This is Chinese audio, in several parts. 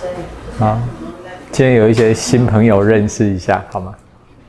好，今天有一些新朋友认识一下，好吗？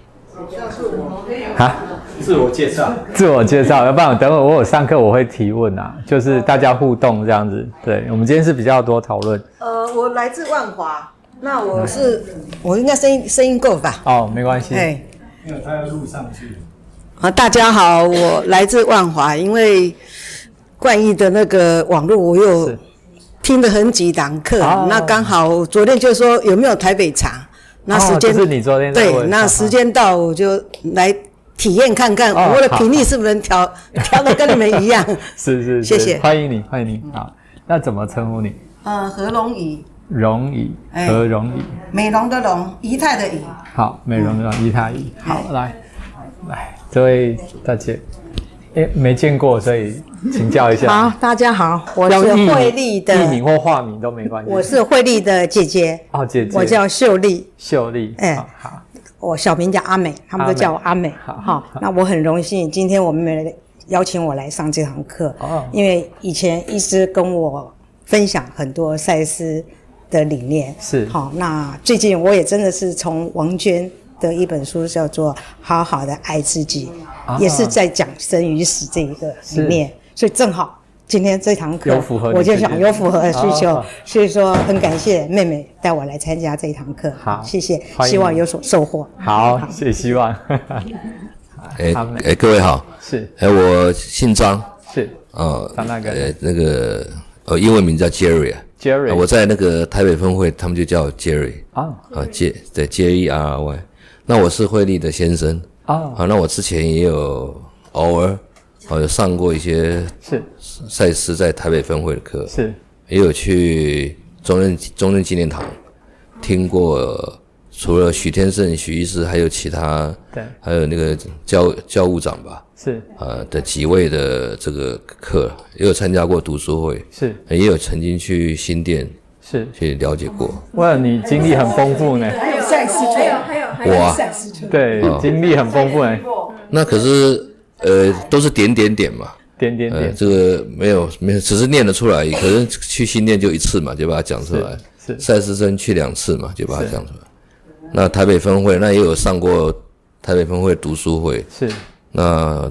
哈？ 自我介绍， 要不然等会我有上课我会提问啊，就是大家互动这样子。对，我们今天是比较多讨论。 我来自万华，那我应该声音够吧？ 哦，没关系。 哎， 因为他要录上去。 大家好，我来自万华，因为冠毅的那个网络我有听了很几堂课，那刚好昨天就说有没有台北场，那时间就是你昨天对，那时间到我就来体验看看我的频率是不是能调的跟你们一样。 是， 谢谢， 欢迎你。好，那怎么称呼你？ 何荣仪。 荣仪，何荣仪， 美容的容，仪态的仪。 好，美容的容，仪态仪。好，来，这位大姐，没见过，所以请教一下。 好，大家好，我是惠丽的， 艺名或化名都没关系。 我是惠丽的姐姐。 哦，姐姐， 我叫秀丽。 秀丽，好。 我小名叫阿美，他们都叫我阿美。好，那我很荣幸，今天我们邀请我来上这堂课。因为以前医师跟我分享很多赛斯的理念。 是。 好，那最近我也真的是从王娟的一本书叫做《好好的爱自己》，也是在讲生与死这一个理念，所以正好今天这堂课我就想有符合的需求，所以说很感谢妹妹带我来参加这一堂课。 好， 谢谢，希望有所收获。 好，谢谢，希望。 各位好， 是， 我姓张， 是，张大哥， 那个英文名叫 Jerry 啊。 Jerry， 我在那个台北分会，他们就叫我 Jerry 对 Jerry。那我是惠丽的先生那我之前也有偶尔有上过一些赛斯在台北分会的课， 是， 也有去中正纪念堂听过，除了许天胜许医师，还有其他， 对， 还有那个教务长吧， 是的几位的这个课，也有参加过读书会， 是， 也有曾经去新店是去了解过。 哇，你经历很丰富呢。 还有赛斯村，还有赛斯村， 对，经历很丰富呢。 那可是都是点嘛。 点， 这个没有，只是念得出来，可是去新店就一次嘛，就把它讲出来。 是赛斯村去2次嘛，就把它讲出来。那台北分会，那也有上过台北分会读书会。 是。 那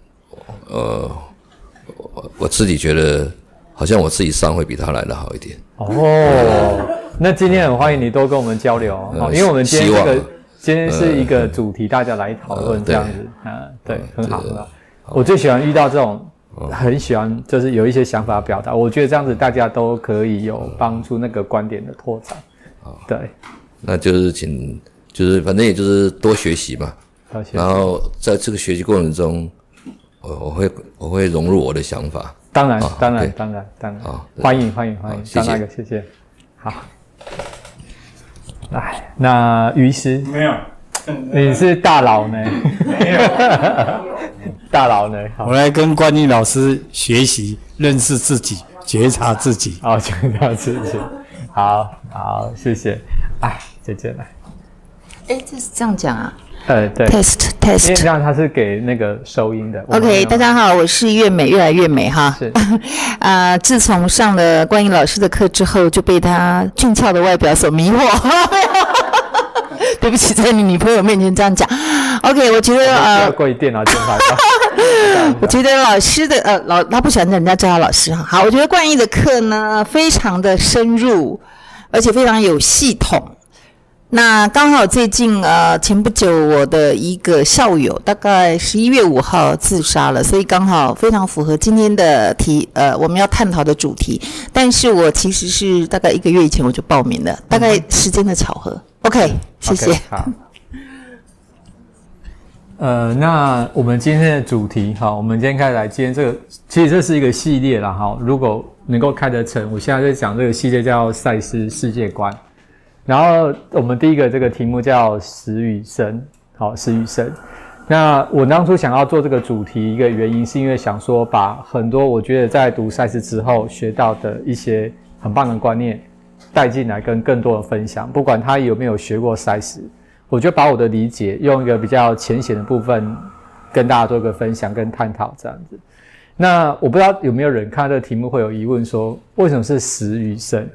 我自己觉得，好像我自己上会比他来的好一点。 那今天很欢迎你多跟我们交流因为我们今天是一个主题，大家来讨论这样子对，很好。我最喜欢遇到这种。很喜欢，就是有一些想法表达，我觉得这样子大家都可以有帮助那个观点的拓展。对， 那就是就是反正也就是多学习嘛。然后在这个学习过程中，我会融入我的想法。 当然。欢迎， 谢谢。 张大哥，谢谢。好，来，那于师没有。 你是大佬呢？ 没有， 大佬呢？ 我来跟冠毅老师学习，认识自己，觉察自己。 觉察自己。好，谢谢。姐姐来。 这是这样讲啊？ 对 ，test， 因为这样他是给那个收音的。 OK， 大家好，我是越美越来越美哈。 是。 自从上了冠毅老师的课之后，就被他俊俏的外表所迷惑。对不起，在你女朋友面前这样讲。OK， 我觉得要跪电脑键盘。 我觉得老师的他不喜欢人家叫他老师哈。好，我觉得冠毅的课呢非常的深入，而且非常有系统。那刚好最近前不久我的一个校友大概11月5号自杀了，所以刚好非常符合今天的我们要探讨的主题。但是我其实是大概1个月以前我就报名了，大概时间的巧合。OK， 谢谢。 好。那我们今天的主题我们今天开始来，今天这个其实这是一个系列啦如果能够开得成，我现在在讲这个系列叫赛斯世界观。然后我们第一个这个题目叫死与生，死与生。那我当初想要做这个主题，一个原因是因为想说把很多我觉得在读赛斯之后学到的一些很棒的观念带进来，跟更多的分享。不管他有没有学过赛斯，我就把我的理解用一个比较浅显的部分跟大家做一个分享跟探讨这样子。那我不知道有没有人看到这个题目会有疑问说，为什么是死与生？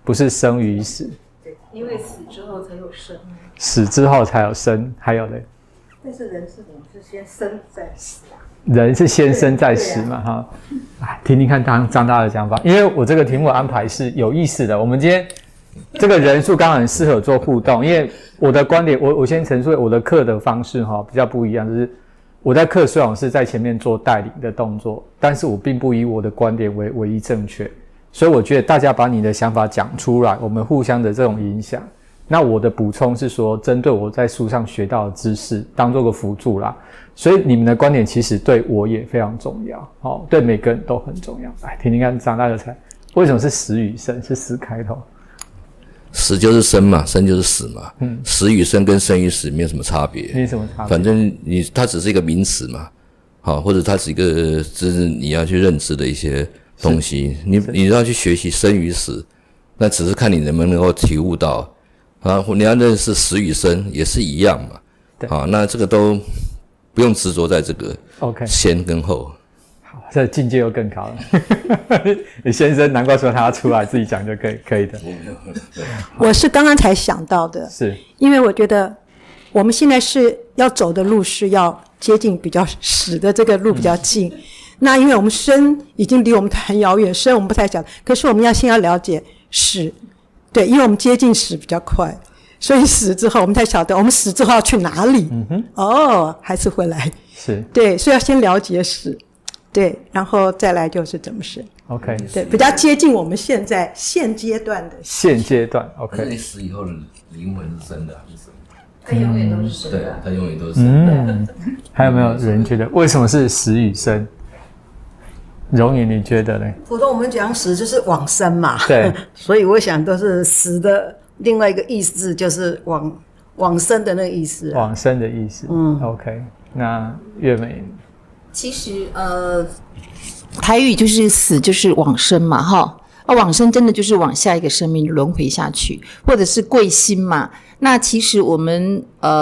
不是生与死。 对，因为死之后才有生。 死之后才有生，还有嘞。 但是人是先生再死啊。 人是先生再死嘛，哈。听听看张大的讲法，因为我这个题目安排是有意思的。我们今天这个人数刚好很适合做互动，因为我的观点，我先陈述我的课的方式哈比较不一样，就是我在课虽然是在前面做带领的动作，但是我并不以我的观点为唯一正确，所以我觉得大家把你的想法讲出来，我们互相的这种影响。那我的补充是说，针对我在书上学到的知识，当做个辅助啦。所以你们的观点其实对我也非常重要，对每个人都很重要。来听听看张大的猜，为什么是死与生？是死开头。 死就是生嘛，生就是死嘛。死与生跟生与死没有什么差别。 没什么差别。 反正它只是一个名词嘛，或者它是一个就是你要去认知的一些东西。你要去学习生与死，那只是看你能不能够体悟到。你要认识死与生也是一样嘛。 对。 那这个都不用执着在这个 OK 先跟后。 好，这境界又更高了。你先生难怪说他出来自己讲就可以的。 我是刚刚才想到的， 是因为我觉得我们现在是要走的路是要接近比较死的这个路比较近。那因为我们生已经离我们很遥远，生我们不太晓得，可是我们先要了解死。对，因为我们接近死比较快，所以死之后我们才晓得我们死之后要去哪里。还是回来。 是。 对，所以要先了解死，对，然后再来就是怎么死。 OK。 对，比较接近我们现阶段的。 现阶段 OK。 你死以后的灵魂是生的还是什么？ 它永远都是生的。 对，它永远都是生的。 还有没有人觉得为什么是死与生？荣颖，你觉得呢？ 普通我们讲死就是往生嘛， 对， 所以我想都是死的另外一个意思就是往生的那个意思。 往生的意思。OK。那月美， 其实台语就是死就是往生嘛，哈。往生真的就是往下一个生命轮回下去，或者是贵心嘛。那其实我们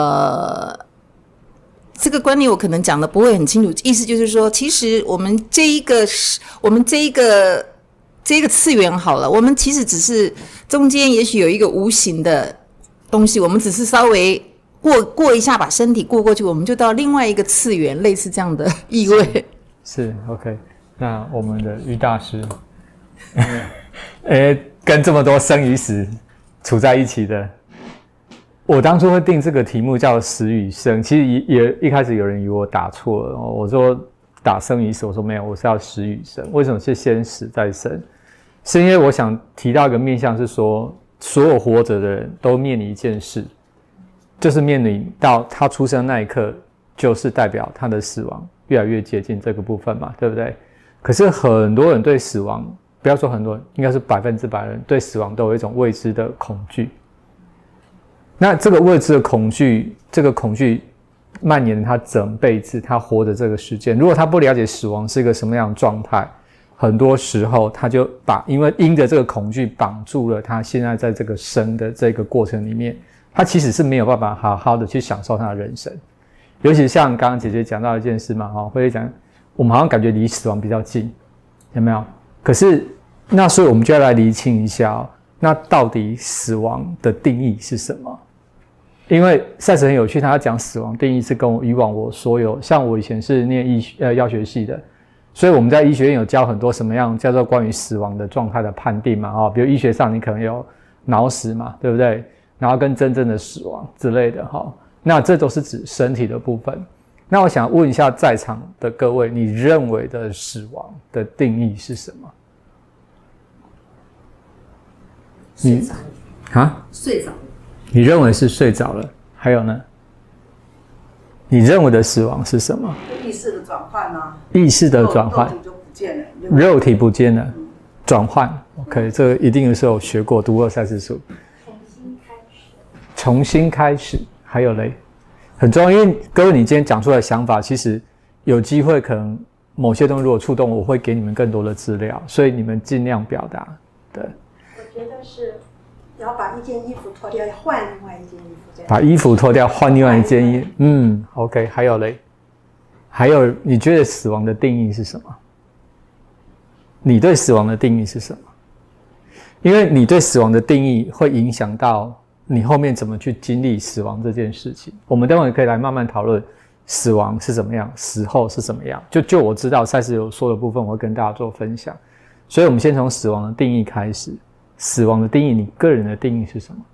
这个观念我可能讲的不会很清楚，意思就是说，其实我们这一个次元好了，我们其实只是中间也许有一个无形的东西，我们只是稍微过一下，把身体过去，我们就到另外一个次元，类似这样的意味。 是 OK。那我们的于大师，跟这么多生与死处在一起的。我当初会定这个题目叫死与生，其实也一开始有人以为我打错了，我说打生与死，我说没有，我是要死与生。为什么是先死再生？是因为我想提到一个面向是说，所有活着的人都面临一件事，就是面临到他出生那一刻，就是代表他的死亡越来越接近这个部分嘛，对不对？可是很多人对死亡，不要说很多人，应该是100%的人对死亡都有一种未知的恐惧。那这个未知的恐惧，这个恐惧蔓延他整辈子，他活的这个时间。如果他不了解死亡是一个什么样的状态，很多时候他就因着这个恐惧绑住了他现在在这个生的这个过程里面，他其实是没有办法好好的去享受他的人生。尤其像刚刚姐姐讲到一件事嘛，会讲我们好像感觉离死亡比较近，有没有？可是那所以我们就要来厘清一下那到底死亡的定义是什么？因为赛斯很有趣，他讲死亡定义是跟我以往我所有，像我以前是念药学系的，所以我们在医学院有教很多什么样叫做关于死亡的状态的判定嘛，比如医学上你可能有脑死嘛，对不对？然后跟真正的死亡之类的那这都是指身体的部分。那我想问一下在场的各位，你认为的死亡的定义是什么？ 睡着啊？ 睡着了。 你认为是睡着了？还有呢？你认为的死亡是什么？ 意识的转换啊。 意识的转换。 肉体就不见了。 肉体不见了，转换。OK， 这个一定是有学过，读过赛斯书。重新开始。还有嘞，很重要，因为各位你今天讲出来的想法，其实有机会可能某些东西如果触动，我会给你们更多的资料，所以你们尽量表达。对。 我觉得是要把一件衣服脱掉，换另外一件衣服。 把衣服脱掉，换另外一件衣服。OK， 还有嘞，还有你觉得死亡的定义是什么？你对死亡的定义是什么？ 因为你对死亡的定义会影响到你后面怎么去经历死亡这件事情。我们待会可以来慢慢讨论死亡是怎么样，死后是怎么样。就我知道赛斯有说的部分，我会跟大家做分享。所以我们先从死亡的定义开始。死亡的定义，你个人的定义是什么？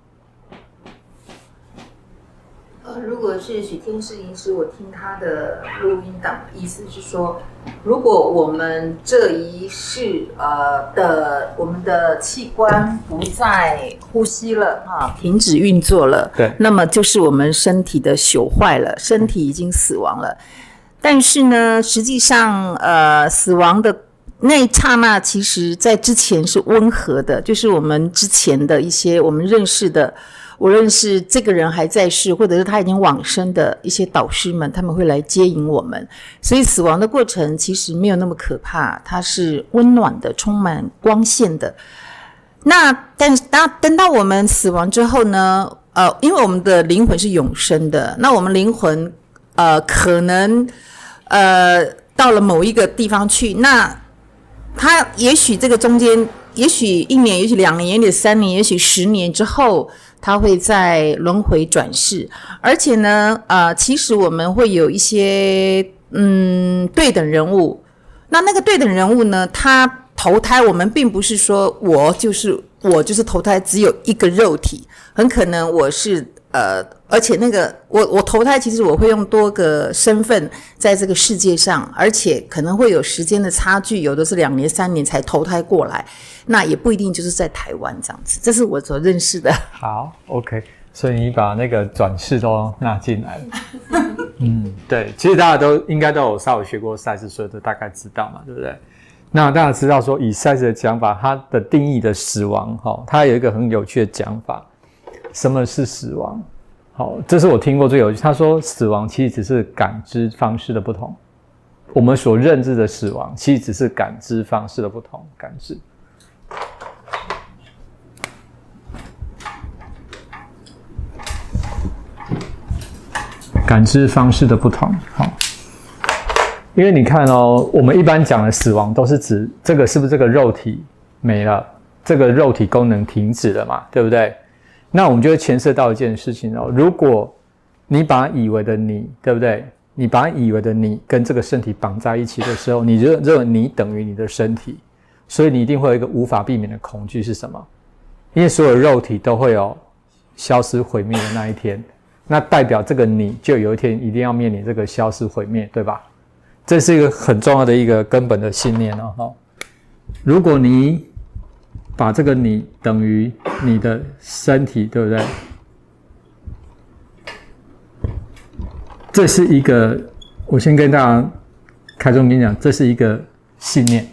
如果是许天士医师，我听他的录音档，意思是说，如果我们这一世我们的器官不再呼吸了停止运作了， 对， 那么就是我们身体的朽坏了，身体已经死亡了。但是呢，实际上死亡的那一刹那，其实在之前是温和的，就是我们之前的一些我们认识的，无论是这个人还在世，或者是他已经往生的一些导师们，他们会来接引我们。所以死亡的过程其实没有那么可怕，它是温暖的，充满光线的。那但是等到我们死亡之后呢，因为我们的灵魂是永生的，那我们灵魂可能到了某一个地方去，那他也许这个中间，也许1年，也许2年，也许3年，也许10年之后，他会再轮回转世。而且呢，其实我们会有一些对等人物。那个对等人物呢，他投胎，我们并不是说我就是投胎只有一个肉体，很可能我是而且那个我投胎，其实我会用多个身份在这个世界上，而且可能会有时间的差距，有的是2年3年才投胎过来，那也不一定就是在台湾这样子，这是我所认识的。 好 ，OK， 所以你把那个转世都纳进来了。对，其实大家应该都有稍微学过赛斯，所以都大概知道嘛，对不对？那大家知道说，以赛斯的讲法，它的定义的死亡，它有一个很有趣的讲法。什么是死亡？好，这是我听过最有趣。他说，死亡其实只是感知方式的不同。我们所认知的死亡，其实只是感知方式的不同。感知方式的不同。好，因为你看哦，我们一般讲的死亡都是指这个是不是这个肉体没了，这个肉体功能停止了嘛，对不对？那我们就会牵涉到一件事情哦，如果你把以为的你，对不对？你把以为的你跟这个身体绑在一起的时候，你认为你等于你的身体，所以你一定会有一个无法避免的恐惧是什么？因为所有肉体都会有消失毁灭的那一天，那代表这个你就有一天一定要面临这个消失毁灭，对吧？这是一个很重要的一个根本的信念哦。如果你把这个你等于你的身体，对不对？这是一个，我先跟大家开宗明讲，这是一个信念，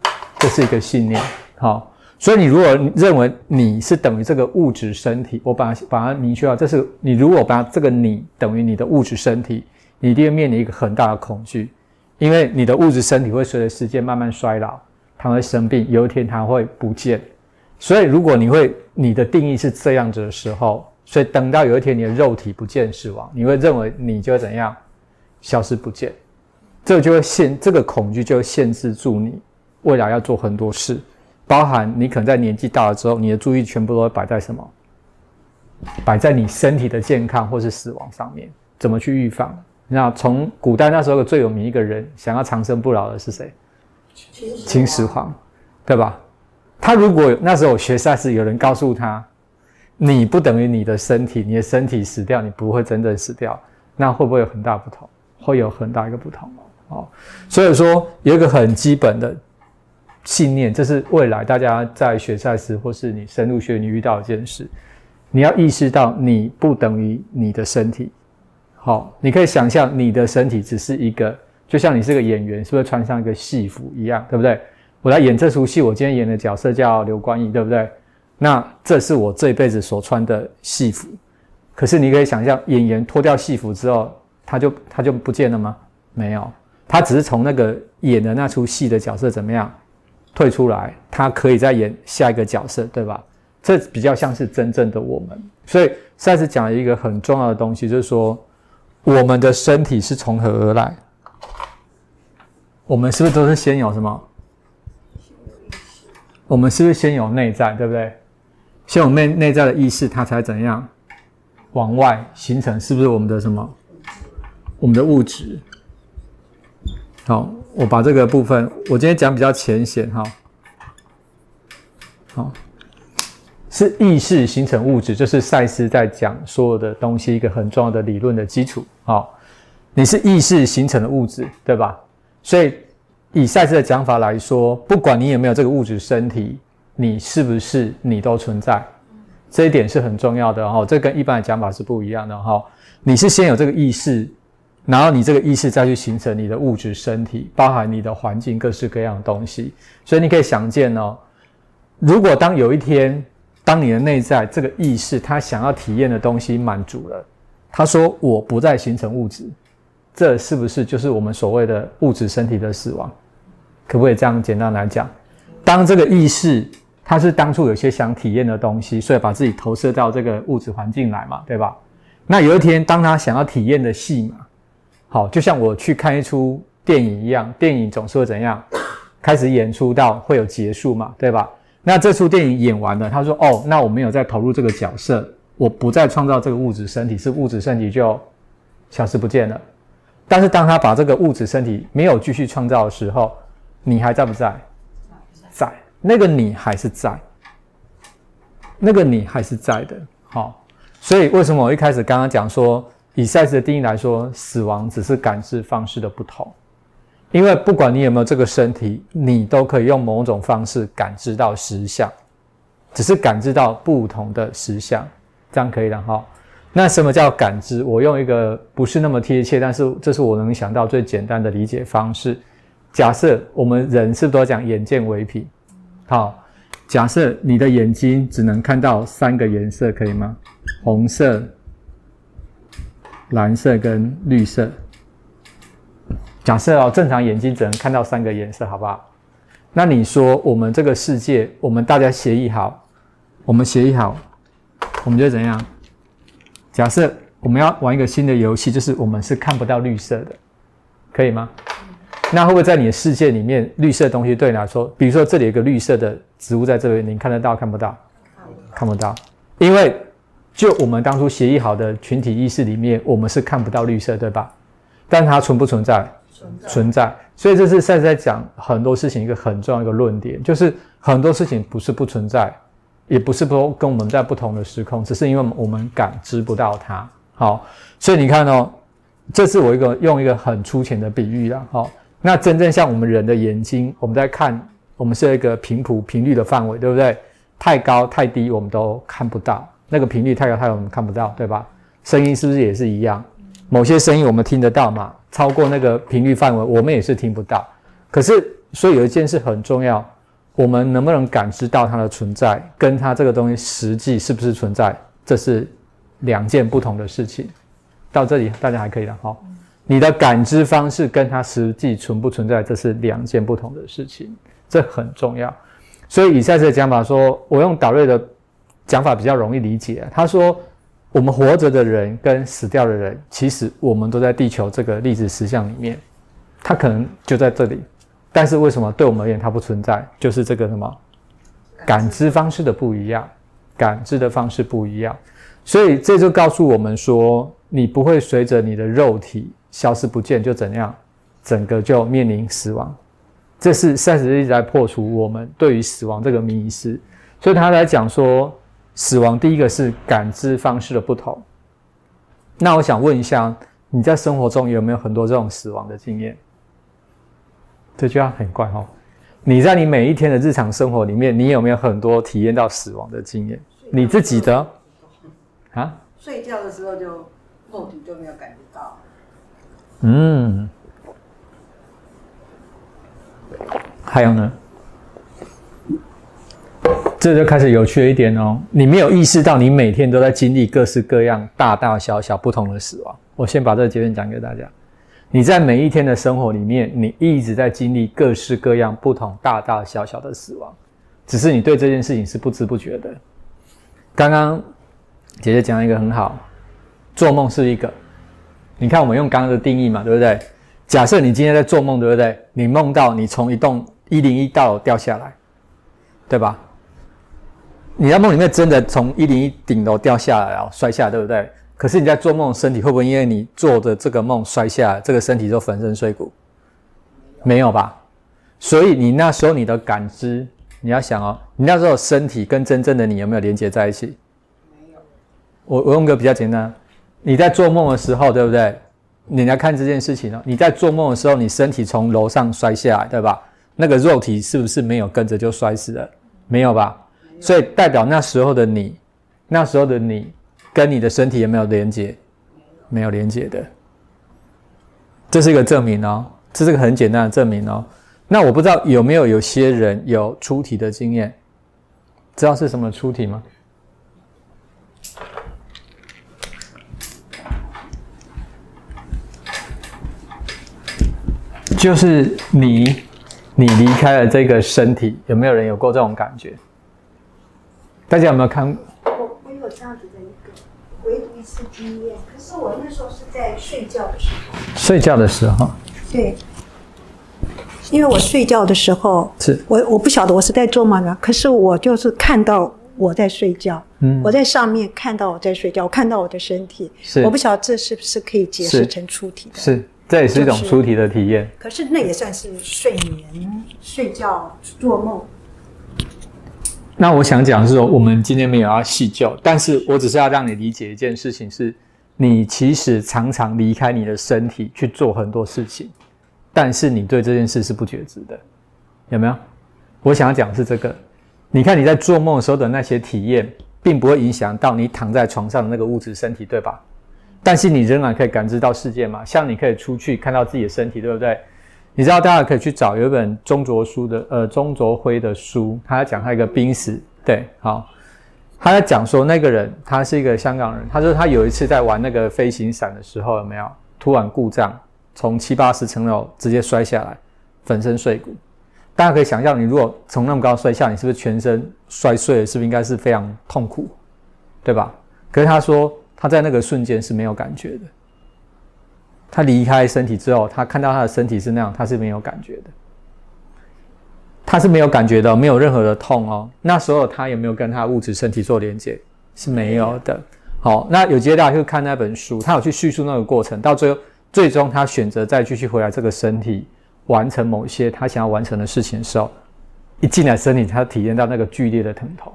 好，所以你如果认为你是等于这个物质身体，我把它明确到，这是你如果把这个你等于你的物质身体，你一定会面临一个很大的恐惧，因为你的物质身体会随着时间慢慢衰老，它会生病，有一天它会不见。所以如果你的定义是这样子的时候，所以等到有一天你的肉体不见死亡，你会认为你就会怎样消失不见，这个恐惧就会限制住你未来要做很多事，包含你可能在年纪大了之后，你的注意全部都会摆在什么？摆在你身体的健康或是死亡上面，怎么去预防？那从古代那时候最有名一个人想要长生不老的是谁？秦始皇，对吧？他如果那时候学赛斯，有人告诉他，你不等于你的身体，你的身体死掉，你不会真正死掉，那会不会有很大不同？会有很大一个不同哦。所以说有一个很基本的信念，这是未来大家在学赛斯或是你深入学你遇到的一件事，你要意识到你不等于你的身体。好，你可以想象你的身体只是一个，就像你是个演员，是不是穿上一个戏服一样，对不对？我来演这出戏，我今天演的角色叫刘冠毅，对不对？那这是我这一辈子所穿的戏服。可是你可以想象，演员脱掉戏服之后，他就不见了吗？没有，他只是从那个演的那出戏的角色怎么样退出来，他可以再演下一个角色，对吧？这比较像是真正的我们。所以赛斯讲了一个很重要的东西，就是说我们的身体是从何而来？我们是不是都是先有什么？ 我们是不是先有内在，对不对？先有内在的意识，它才怎样往外形成，是不是我们的什么？我们的物质。好，我把这个部分，我今天讲比较浅显哈。好，是意识形成物质，就是赛斯在讲所有的东西一个很重要的理论的基础。好，你是意识形成的物质，对吧？所以以赛斯的讲法来说，不管你有没有这个物质身体，你是不是你都存在，这一点是很重要的哈。这跟一般的讲法是不一样的哈。你是先有这个意识，然后你这个意识再去形成你的物质身体，包含你的环境各式各样的东西。所以你可以想见哦，如果当有一天，当你的内在这个意识他想要体验的东西满足了，他说我不再形成物质，这是不是就是我们所谓的物质身体的死亡？可不可以这样简单来讲？当这个意识它是当初有些想体验的东西，所以把自己投射到这个物质环境来嘛，对吧？那有一天当他想要体验的戏嘛，好，就像我去看一出电影一样，电影总是会怎样？开始演出到会有结束嘛，对吧？那这出电影演完了，他说哦，那我没有再投入这个角色，我不再创造这个物质身体，是物质身体就消失不见了。但是当他把这个物质身体没有继续创造的时候，你还在不在？在，那个你还是在，那个你还是在的。好，所以为什么我一开始刚刚讲说，以赛斯的定义来说，死亡只是感知方式的不同。因为不管你有没有这个身体，你都可以用某种方式感知到实相，只是感知到不同的实相，这样可以了哈。那什么叫感知？我用一个不是那么贴切，但是这是我能想到最简单的理解方式。假设我们人是不是都讲眼见为凭？好，假设你的眼睛只能看到3个颜色，可以吗？红色、蓝色跟绿色。假设哦，正常眼睛只能看到3个颜色，好不好？那你说我们这个世界，我们大家协议好，我们就怎样？假设我们要玩一个新的游戏，就是我们是看不到绿色的，可以吗？那会不会在你的世界里面，绿色的东西对你来说，比如说这里有一个绿色的植物在这里，你看得到看不到？看不到，因为就我们当初协议好的群体意识里面，我们是看不到绿色，对吧？但它存不存在？存在。所以这是赛斯在讲很多事情一个很重要的一个论点，就是很多事情不是不存在，也不是说跟我们在不同的时空，只是因为我们感知不到它。好，所以你看哦，这是我用一个很粗浅的比喻啦。好，那真正像我们人的眼睛，我们在看，我们是一个频率的范围，对不对？太高太低我们都看不到，那个频率太高太低我们看不到，对吧？声音是不是也是一样？某些声音我们听得到嘛，超过那个频率范围我们也是听不到。可是所以有一件事很重要，我们能不能感知到它的存在，跟它这个东西实际是不是存在，这是2件不同的事情。到这里大家还可以了齁。你的感知方式跟它实际存不存在，这是2件不同的事情，这很重要。所以以赛斯的讲法说，我用导瑞的讲法比较容易理解。他说我们活着的人跟死掉的人，其实我们都在地球这个粒子实相里面，它可能就在这里，但是为什么对我们而言它不存在？就是这个什么感知方式的不一样，感知的方式不一样。所以这就告诉我们说，你不会随着你的肉体消失不见就怎样，整个就面临死亡。这是赛斯一直在破除我们对于死亡这个迷思。所以他来讲说，死亡第一个是感知方式的不同。那我想问一下，你在生活中有没有很多这种死亡的经验？这句话很怪齁。你在你每一天的日常生活里面，你有没有很多体验到死亡的经验？你自己的啊？ 睡觉的时候就肉体就没有感觉到。 还有呢？这就开始有趣了一点哦，你没有意识到你每天都在经历各式各样大大小小不同的死亡。我先把这个结论讲给大家。你在每一天的生活里面，你一直在经历各式各样不同大大小小的死亡，只是你对这件事情是不知不觉的。刚刚姐姐讲一个很好，做梦是一个，你看我们用刚刚的定义嘛，对不对？假设你今天在做梦，对不对？你梦到你从一栋101大楼掉下来， 对吧？你在梦里面真的从101顶楼掉下来了，摔下来，对不对？可是你在做梦，身体会不会因为你做的这个梦摔下来，这个身体就粉身碎骨？没有吧？所以你那时候你的感知，你要想哦，你那时候身体跟真正的你有没有连接在一起？没有。我用个比较简单，你在做梦的时候，对不对？你来看这件事情哦，你在做梦的时候，你身体从楼上摔下来，对吧？那个肉体是不是没有跟着就摔死了？没有吧？所以代表那时候的你跟你的身体有没有连接？没有连接的。这是一个证明哦，这是个很简单的证明哦。那我不知道有些人有出体的经验，知道是什么出体吗？就是你离开了这个身体，有没有人有过这种感觉？大家有没有看？ 我有这样子的唯独一次经验，可是我那时候是在睡觉的时候。 睡觉的时候？ 对，因为我睡觉的时候， 是我不晓得我是在做梦啊，可是我就是看到我在睡觉，我在上面看到我在睡觉，我看到我的身体， 是我不晓得这是不是可以解释成出体的？ 是，这也是一种出体的体验。 可是那也算是睡眠、睡觉、做梦。 那我想讲是说，我们今天没有要细究，但是我只是要让你理解一件事情是，你其实常常离开你的身体去做很多事情，但是你对这件事是不觉知的，有没有？我想要讲的是这个。你看你在做梦的时候的那些体验，并不会影响到你躺在床上的那个物质身体，对吧？但是你仍然可以感知到世界嘛，像你可以出去看到自己的身体，对不对？你知道大家可以去找有一本钟卓辉的书，他在讲他一个濒死，对，好，他在讲说那个人他是一个香港人，他说他有一次在玩那个飞行伞的时候，有没有突然故障，从70-80层楼直接摔下来，粉身碎骨。大家可以想象，你如果从那么高摔下，你是不是全身摔碎了？是不是应该是非常痛苦，对吧？可是他说他在那个瞬间是没有感觉的。他离开身体之后，他看到他的身体是那样，他是没有感觉的。他是没有感觉的，没有任何的痛哦。那时候他有没有跟他物质身体做连接？是没有的。好，那有机会大家去看那本书，他有去叙述那个过程，到最终他选择再继续回来这个身体，完成某些他想要完成的事情的时候，一进来身体，他体验到那个剧烈的疼痛。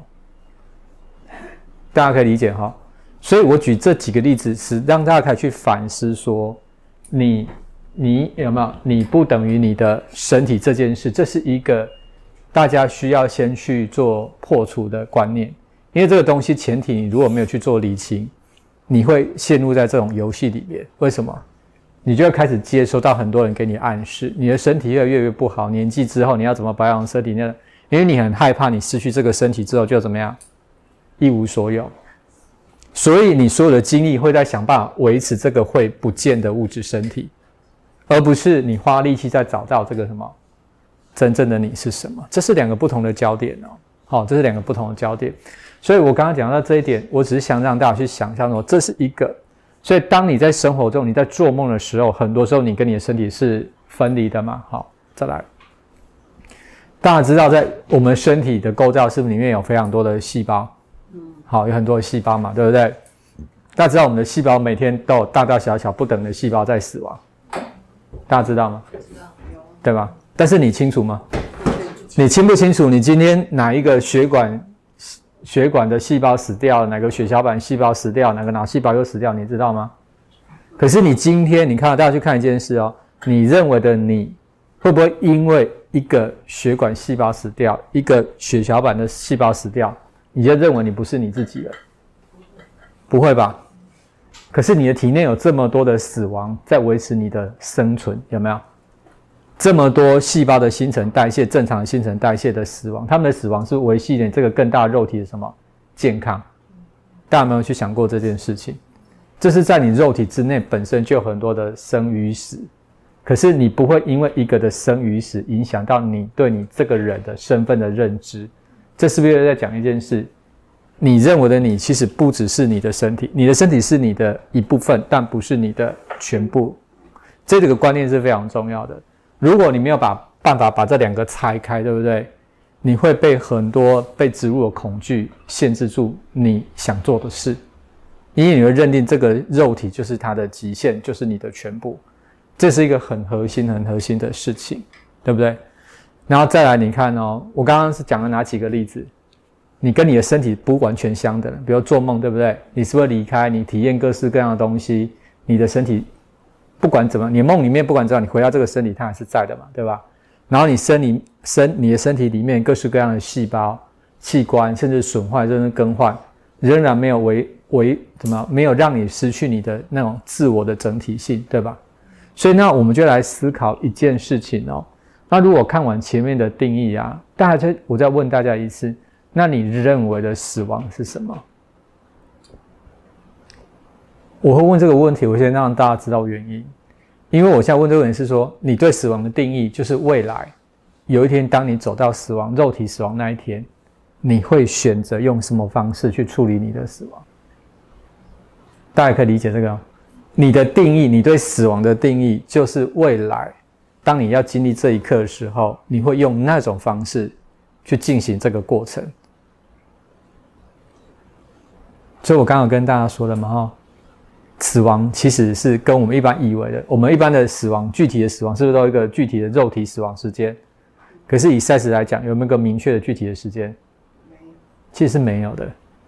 大家可以理解哈。所以我举这几个例子，是让大家可以去反思说，你有没有？你不等于你的身体这件事，这是一个大家需要先去做破除的观念，因为这个东西前提你如果没有去做厘清，你会陷入在这种游戏里面。为什么？你就会开始接收到很多人给你暗示，你的身体越来越不好，年纪之后你要怎么保养身体呢？因为你很害怕你失去这个身体之后就怎么样，一无所有。所以你所有的精力会在想办法维持这个会不见的物质身体，而不是你花力气在找到这个什么真正的你是什么。这是两个不同的焦点哦。好，这是两个不同的焦点。所以我刚刚讲到这一点，我只是想让大家去想象说，这是一个。所以当你在生活中，你在做梦的时候，很多时候你跟你的身体是分离的嘛。好，再来，大家知道在我们身体的构造是不是里面有非常多的细胞？好，有很多的细胞嘛，对不对？大家知道我们的细胞每天都有大大小小不等的细胞在死亡，大家知道吗？知道，对吧？但是你清楚吗？你清不清楚？你今天哪一个血管的细胞死掉，哪个血小板细胞死掉，哪个脑细胞又死掉，你知道吗？可是你今天，你看到大家去看一件事哦，你认为的你会不会因为一个血管细胞死掉，一个血小板的细胞死掉，你就认为你不是你自己了？不会吧？可是你的体内有这么多的死亡在维持你的生存，有没有？这么多细胞的新陈代谢，正常的新陈代谢的死亡，他们的死亡是维系你这个更大的肉体的什么健康？大家有没有去想过这件事情？这是在你肉体之内本身就有很多的生与死，可是你不会因为一个的生与死影响到你对你这个人的身份的认知。这是不是在讲一件事？你认为的你其实不只是你的身体，你的身体是你的一部分，但不是你的全部。这个观念是非常重要的。如果你没有办法把这两个拆开，对不对？ 你会被很多被植入的恐惧限制住你想做的事，因为你会认定这个肉体就是它的极限，就是你的全部，这是一个很核心的事情，对不对？然后再来你看哦，我刚刚是讲了哪几个例子，你跟你的身体不完全相等，比如做梦，对不对？你是会离开，你体验各式各样的东西，你的身体不管怎么，你梦里面不管怎么样，你回到这个身体它还是在的嘛，对吧？然后你的身体里面各式各样的细胞、器官，甚至损坏甚至更换，仍然没有没有让你失去你的那种自我的整体性，对吧？所以那我们就来思考一件事情哦。那如果看完前面的定义啊，我再问大家一次，那你认为的死亡是什么？我会问这个问题，我先让大家知道原因，因为我现在问这个问题是说，你对死亡的定义就是未来有一天当你走到肉体死亡那一天，你会选择用什么方式去处理你的死亡？大家可以理解这个哦。你的定义，你对死亡的定义就是未来当你要经历这一刻的时候，你会用那种方式去进行这个过程。所以我刚刚有跟大家说了嘛，死亡其实是跟我们一般以为的，我们一般的死亡，具体的死亡是不是都有一个具体的肉体死亡时间？可是以赛斯来讲，有没有一个明确的具体的时间？其实是没有的，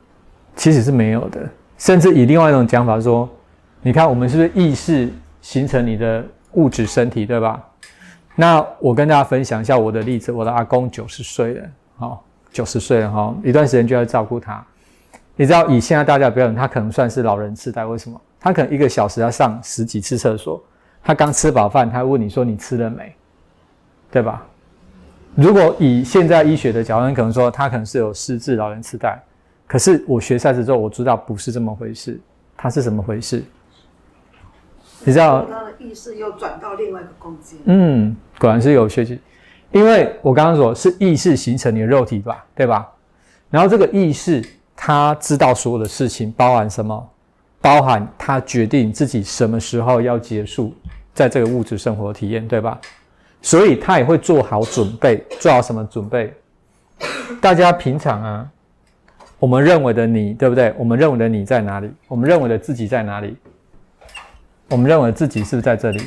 甚至以另外一种讲法说，你看我们是不是意识形成你的物质身体，对吧？那我跟大家分享一下我的例子，我的阿公90岁了，90岁了，一段时间就要照顾他。你知道以现在大家的标准，他可能算是老人痴呆，为什么？他可能1个小时要上10几次厕所，他刚吃饱饭，他会问你说你吃了没，对吧？如果以现在医学的角度，可能说他可能是有失智老人痴呆，可是我学赛斯之后，我知道不是这么回事，他是怎么回事？你知道他的意识又转到另外一个空间。 果然是有学习，因为我刚刚说是意识形成你的肉体吧，对吧？然后这个意识他知道所有的事情，包含什么？包含他决定自己什么时候要结束在这个物质生活体验，对吧？所以他也会做好准备，做好什么准备？大家平常啊，我们认为的你，对不对？我们认为的你在哪里？我们认为的自己在哪里？我们认为自己是不是在这里？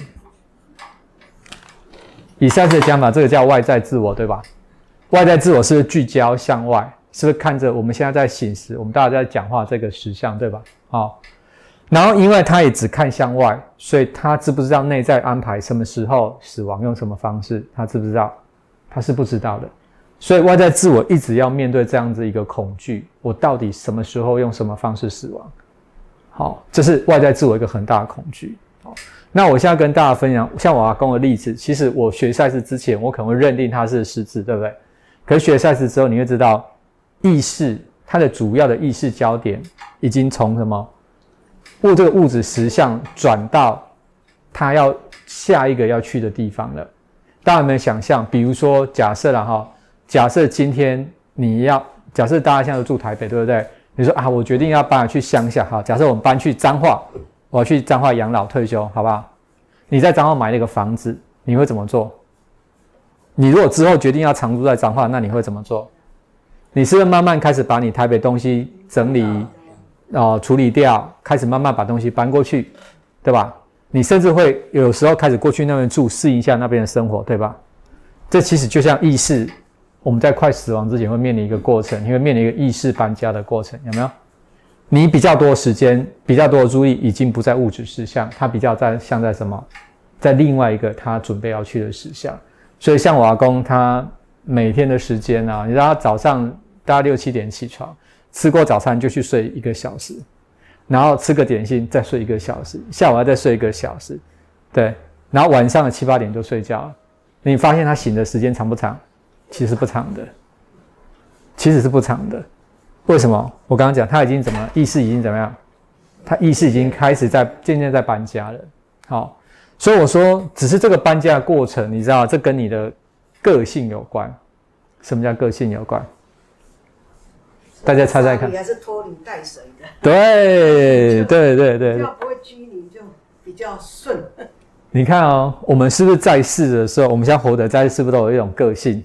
以赛斯的讲法，这个叫外在自我，对吧？外在自我是不是聚焦向外？是不是看着我们现在在醒时，我们大家在讲话这个实相，对吧？然后因为他也只看向外，所以他知不知道内在安排什么时候死亡，用什么方式？他知不知道？他是不知道的。所以外在自我一直要面对这样子一个恐惧，我到底什么时候用什么方式死亡？这是外在自我一个很大的恐惧。那我现在跟大家分享，像我阿公的例子，其实我学赛斯之前，我可能会认定他是失智，对不对？可是学赛斯之后，你会知道，意识它的主要的意识焦点已经从什么这个物质实相转到他要下一个要去的地方了。大家有没有想象？比如说假设假设今天假设大家现在都住台北，对不对？你说我决定要搬去乡下，假设我们搬去彰化，我要去彰化养老退休，好不好？你在彰化买了一个房子，你会怎么做？你如果之后决定要常住在彰化，那你会怎么做？你是不是慢慢开始把你台北东西整理处理掉，开始慢慢把东西搬过去，对吧？你甚至会有时候开始过去那边住，适应一下那边的生活，对吧？这其实就像意识，我们在快死亡之前会面临一个过程，你会面临一个意识搬家的过程，有没有？你比较多的时间，比较多的注意已经不在物质实相，它比较像在什么？在另外一个他准备要去的实相。所以像我阿公，他每天的时间你知道他早上大概6、7点起床，吃过早餐就去睡1个小时，然后吃个点心再睡1个小时，下午要再睡1个小时，对，然后晚上的7、8点就睡觉了。你发现他醒的时间长不长？其实不长的，其实是不长的。为什么？我刚刚讲他已经怎么意识已经怎么样？他意识已经开始渐渐在搬家了。所以我说只是这个搬家的过程，你知道这跟你的个性有关。什么叫个性有关？大家猜猜看。 你还是拖泥带水的。 对， 比较不会拘泥，就比较顺。 你看我们是不是在世的时候，我们现在活得在世，是不是都有一种个性？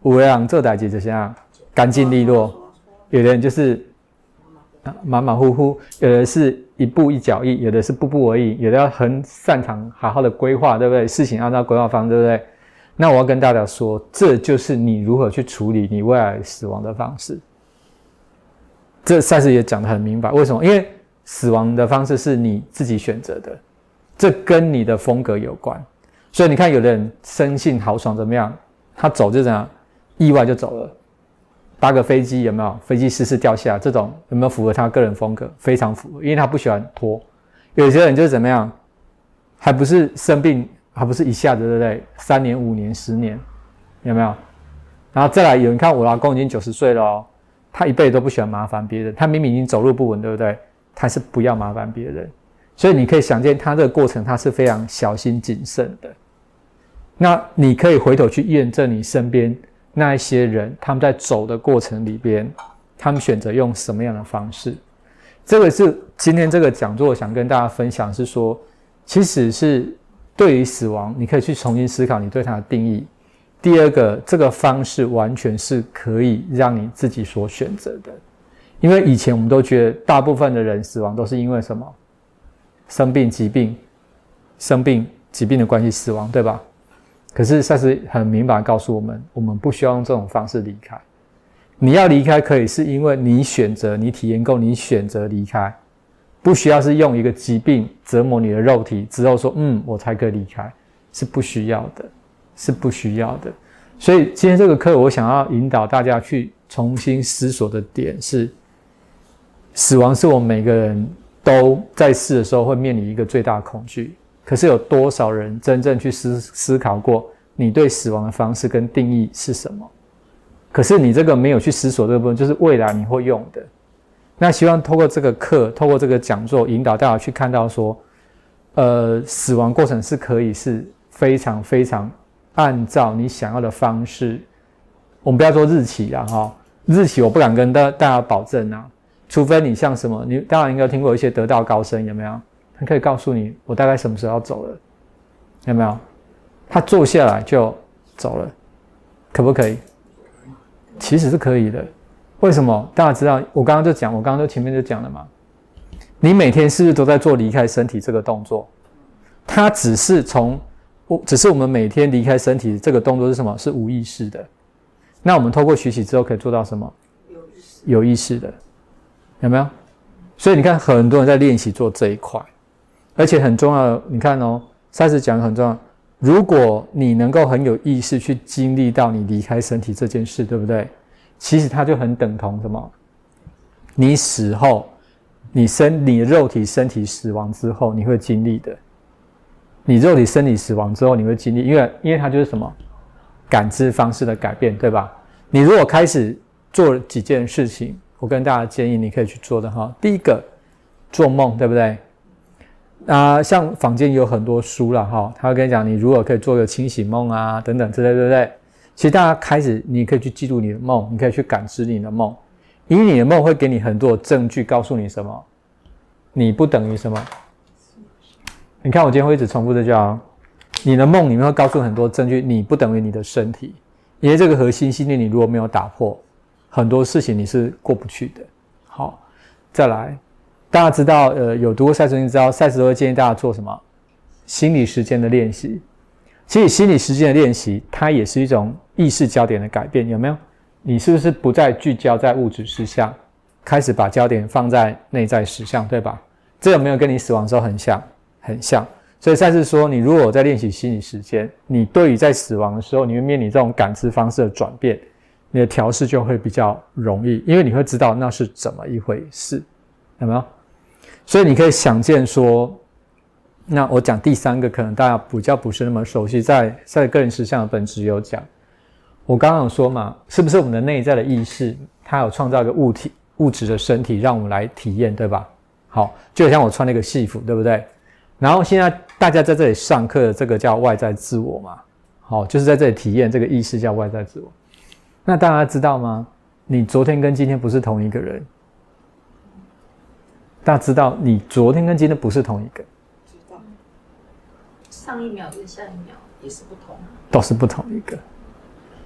有的人做代志就是啊干净利落，有的人就是马马虎虎，有的是一步一脚印，有的是步步为营，有的要很擅长好好的规划，对不对？事情按照规划方，对不对？那我要跟大家说，这就是你如何去处理你未来死亡的方式。这赛斯也讲得很明白，为什么？因为死亡的方式是你自己选择的，这跟你的风格有关。所以你看，有的人生性豪爽怎么样？他走就怎样，意外就走了。搭个飞机有没有？飞机失事掉下，这种有没有符合他个人风格？非常符合，因为他不喜欢拖。有些人就是怎么样，还不是生病，还不是一下子，对不对？3年、5年、10年，有没有？然后再来，有人看我老公已经90岁了哦，他一辈子都不喜欢麻烦别人，他明明已经走路不稳，对不对？他是不要麻烦别人，所以你可以想见他这个过程，他是非常小心谨慎的。那你可以回头去验证你身边那一些人，他们在走的过程里边，他们选择用什么样的方式。这个是今天这个讲座想跟大家分享，是说其实是对于死亡你可以去重新思考你对它的定义。第二个，这个方式完全是可以让你自己所选择的。因为以前我们都觉得大部分的人死亡都是因为什么？生病疾病的关系死亡，对吧？可是赛斯很明白告诉我们，我们不需要用这种方式离开。你要离开可以是因为你选择，你体验够，你选择离开，不需要是用一个疾病折磨你的肉体之后说我才可以离开，是不需要的，是不需要的。所以今天这个课我想要引导大家去重新思索的点是，死亡是我们每个人都在世的时候会面临一个最大的恐惧，可是有多少人真正去思考过你对死亡的方式跟定义是什么？可是你这个没有去思索这个部分，就是未来你会用的。那希望透过这个课，透过这个讲座，引导大家去看到说，死亡过程是可以是非常非常按照你想要的方式。我们不要说日期啦，日期我不敢跟大家保证啊，除非你像什么，你当然应该听过一些得道高僧，有没有？他可以告诉你我大概什么时候要走了，有没有？他坐下来就走了，可不可以？其实是可以的。为什么？大家知道，我刚刚就前面就讲了嘛。你每天是不是都在做离开身体这个动作？它只是我们每天离开身体这个动作是什么？是无意识的。那我们透过学习之后可以做到什么？有意识的，有没有？所以你看，很多人在练习做这一块，而且很重要的，你看哦，赛斯讲很重要。如果你能够很有意识去经历到你离开身体这件事，对不对？其实它就很等同什么？你死后，你的肉体身体死亡之后，你会经历的。你肉体身体死亡之后，你会经历，因为它就是什么？感知方式的改变，对吧？你如果开始做几件事情，我跟大家建议你可以去做的哈。第一个，做梦，对不对？像坊间有很多书啦哈，他会跟你讲你如何可以做个清醒梦啊等等之类，对不对？其实大家开始你可以去记录你的梦，你可以去感知你的梦，因为你的梦会给你很多证据告诉你什么，你不等于什么。你看我今天会一直重复这句话，你的梦里面会告诉很多证据，你不等于你的身体，因为这个核心信念你如果没有打破，很多事情你是过不去的。好，再来，大家知道有读过赛斯知道赛斯都会建议大家做什么？心理时间的练习。其实心理时间的练习它也是一种意识焦点的改变，有没有？你是不是不再聚焦在物质实相，开始把焦点放在内在实相，对吧？这有没有跟你死亡之后很像？很像。所以赛斯说，你如果在练习心理时间，你对于在死亡的时候你会面临这种感知方式的转变，你的调试就会比较容易，因为你会知道那是怎么一回事，有没有？所以你可以想见说，那我讲第三个可能大家比较不是那么熟悉，在个人实相的本质有讲，我刚刚有说嘛，是不是我们的内在的意识它有创造一个物质的身体让我们来体验，对吧？好，就像我穿那个戏服，对不对？然后现在大家在这里上课的这个叫外在自我嘛，好，就是在这里体验这个意识叫外在自我。那大家知道吗？你昨天跟今天不是同一个人。大家知道你昨天跟今天不是同一个。 知道。上一秒跟下一秒也是不同。 都是不同一个。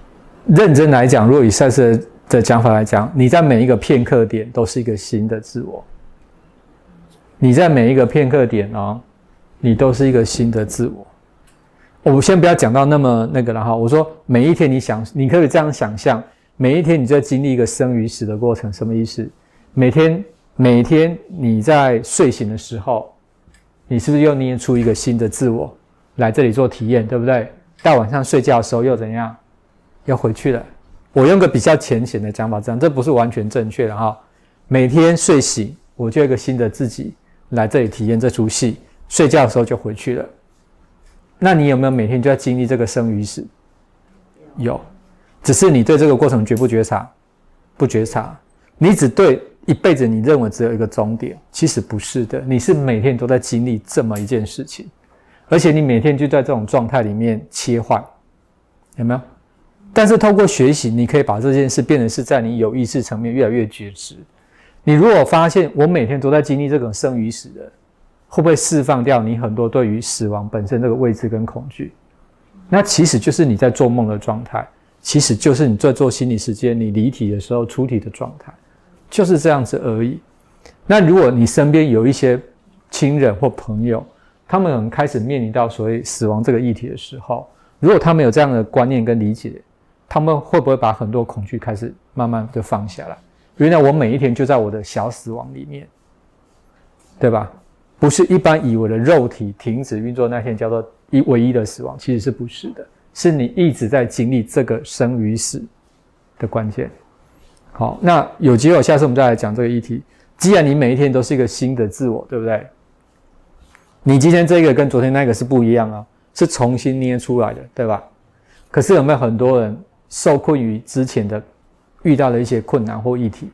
认真来讲，如果以赛斯的讲法来讲，你在每一个片刻点都是一个新的自我。你在每一个片刻点哦，你都是一个新的自我。我先不要讲到那么那个了哈。我说每一天你可以这样想象，每一天你就在经历一个生与死的过程，什么意思？每天你在睡醒的时候，你是不是又捏出一个新的自我来这里做体验，对不对？到晚上睡觉的时候又怎样？又回去了。我用个比较浅显的讲法，这不是完全正确的哈。每天睡醒，我就有一个新的自己来这里体验这出戏，睡觉的时候就回去了。那你有没有每天就在经历这个生与死？有，只是你对这个过程觉不觉察？不觉察。你只对一辈子你认为只有一个终点，其实不是的，你是每天都在经历这么一件事情，而且你每天就在这种状态里面切换，有没有？但是透过学习，你可以把这件事变成是在你有意识层面越来越觉知。你如果发现我每天都在经历这种生与死的，会不会释放掉你很多对于死亡本身这个未知跟恐惧？那其实就是你在做梦的状态，其实就是你在做心理实践，你离体的时候出体的状态，就是这样子而已。那如果你身边有一些亲人或朋友，他们可能开始面临到所谓死亡这个议题的时候，如果他们有这样的观念跟理解，他们会不会把很多恐惧开始慢慢的放下来？原来我每一天就在我的小死亡里面，对吧？不是一般以为的肉体停止运作那天叫做唯一的死亡，其实是不是的，是你一直在经历这个生与死的关键。好，那有机会下次我们再来讲这个议题。既然你每一天都是一个新的自我，对不对？你今天这个跟昨天那个是不一样啊，是重新捏出来的，对吧？可是有没有很多人受困于之前的遇到的一些困难或议题？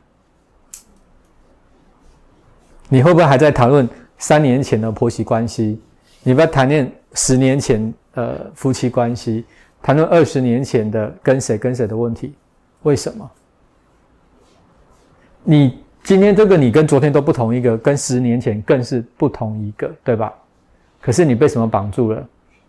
你会不会还在讨论3年前的婆媳关系？你不要谈论10年前夫妻关系，谈论20年前的跟谁的问题？为什么？你今天这个你跟昨天都不同一个，跟10年前更是不同一个，对吧？可是你被什么绑住了？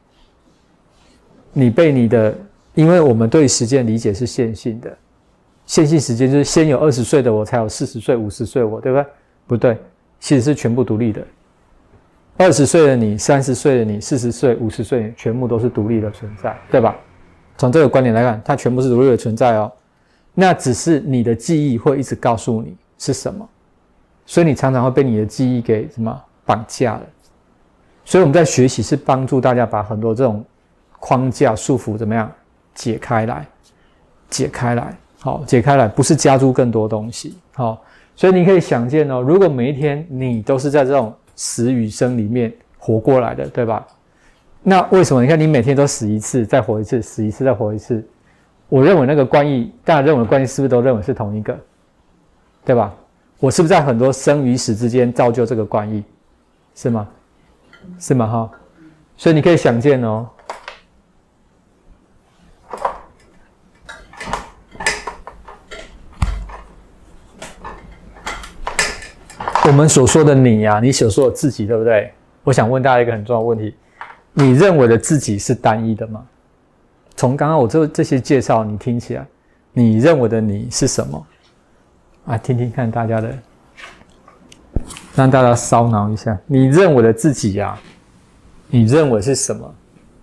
你被你的，因为我们对时间理解是线性的，线性时间就是先有20岁的我，才有40岁、50岁我，对不对？不对，其实是全部独立的。20岁的你、30岁的你、40岁、50岁的你，全部都是独立的存在，对吧？从这个观点来看，它全部是独立的存在哦。那只是你的记忆会一直告诉你是什么，所以你常常会被你的记忆给什么绑架了。所以我们在学习是帮助大家把很多这种框架束缚怎么样解开来，好，解开来，不是加诸更多东西。好，所以你可以想见哦，如果每一天你都是在这种死与生里面活过来的，对吧？那为什么你看你每天都死一次再活一次，死一次再活一次？我认为那个观意，大家认为的观意是不是都认为是同一个？对吧？我是不是在很多生与死之间造就这个观意？是吗？是吗？哈，所以你可以想见哦，我们所说的你啊，你所说的自己，对不对？我想问大家一个很重要的问题：你认为的自己是单一的吗？从刚刚我这些介绍，你听起来，你认为的你是什么？啊，听听看大家的，让大家烧脑一下。你认为的自己啊，你认为是什么？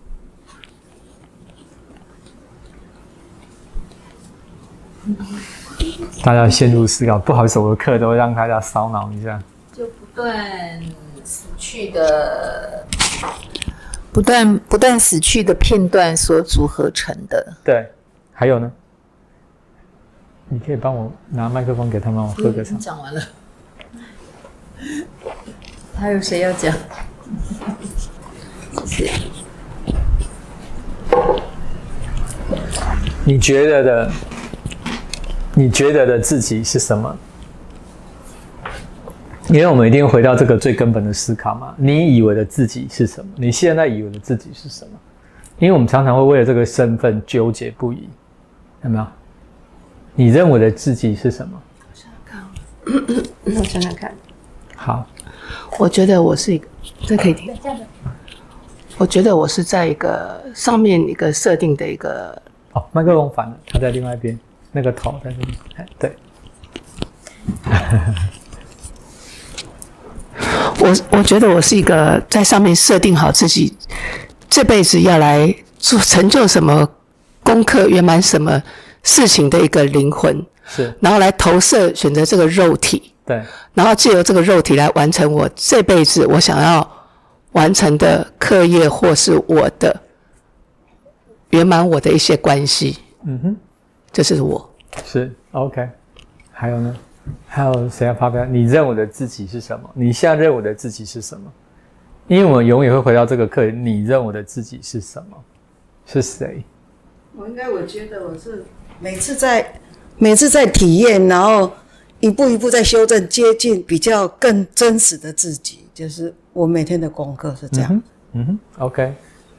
大家陷入思考，不好意思，我的课都会让大家烧脑一下。 就不断死去的，不断死去的片段所组合成的。 对，还有呢？你可以帮我拿麦克风给他们，我喝个茶。 讲完了。还有谁要讲？谢谢。 你觉得的自己是什么？因为我们一定回到这个最根本的思考嘛。你以为的自己是什么？你现在以为的自己是什么？因为我们常常会为了这个身份纠结不已，有没有？你认为的自己是什么？ 我想想看。 好， 我觉得我是一个，这可以听。我觉得我是在一个上面一个设定的一个哦，麦克风反了，它在另外一边，那个头在这里。对。 我觉得我是一个在上面设定好自己这辈子要来做成就什么功课、圆满什么事情的一个灵魂， 是， 然后来投射选择这个肉体， 对， 然后借由这个肉体来完成我这辈子我想要完成的课业，或是我的圆满我的一些关系。 嗯哼， 这是我。 是 OK。还有呢？还有谁要发表？你认为的自己是什么？你现在认为的自己是什么？因为我们永远会回到这个课，你认为的自己是什么？是谁？ 我觉得我是每次在体验，然后一步一步在修正，接近比较更真实的自己，就是我每天的功课是这样。 OK。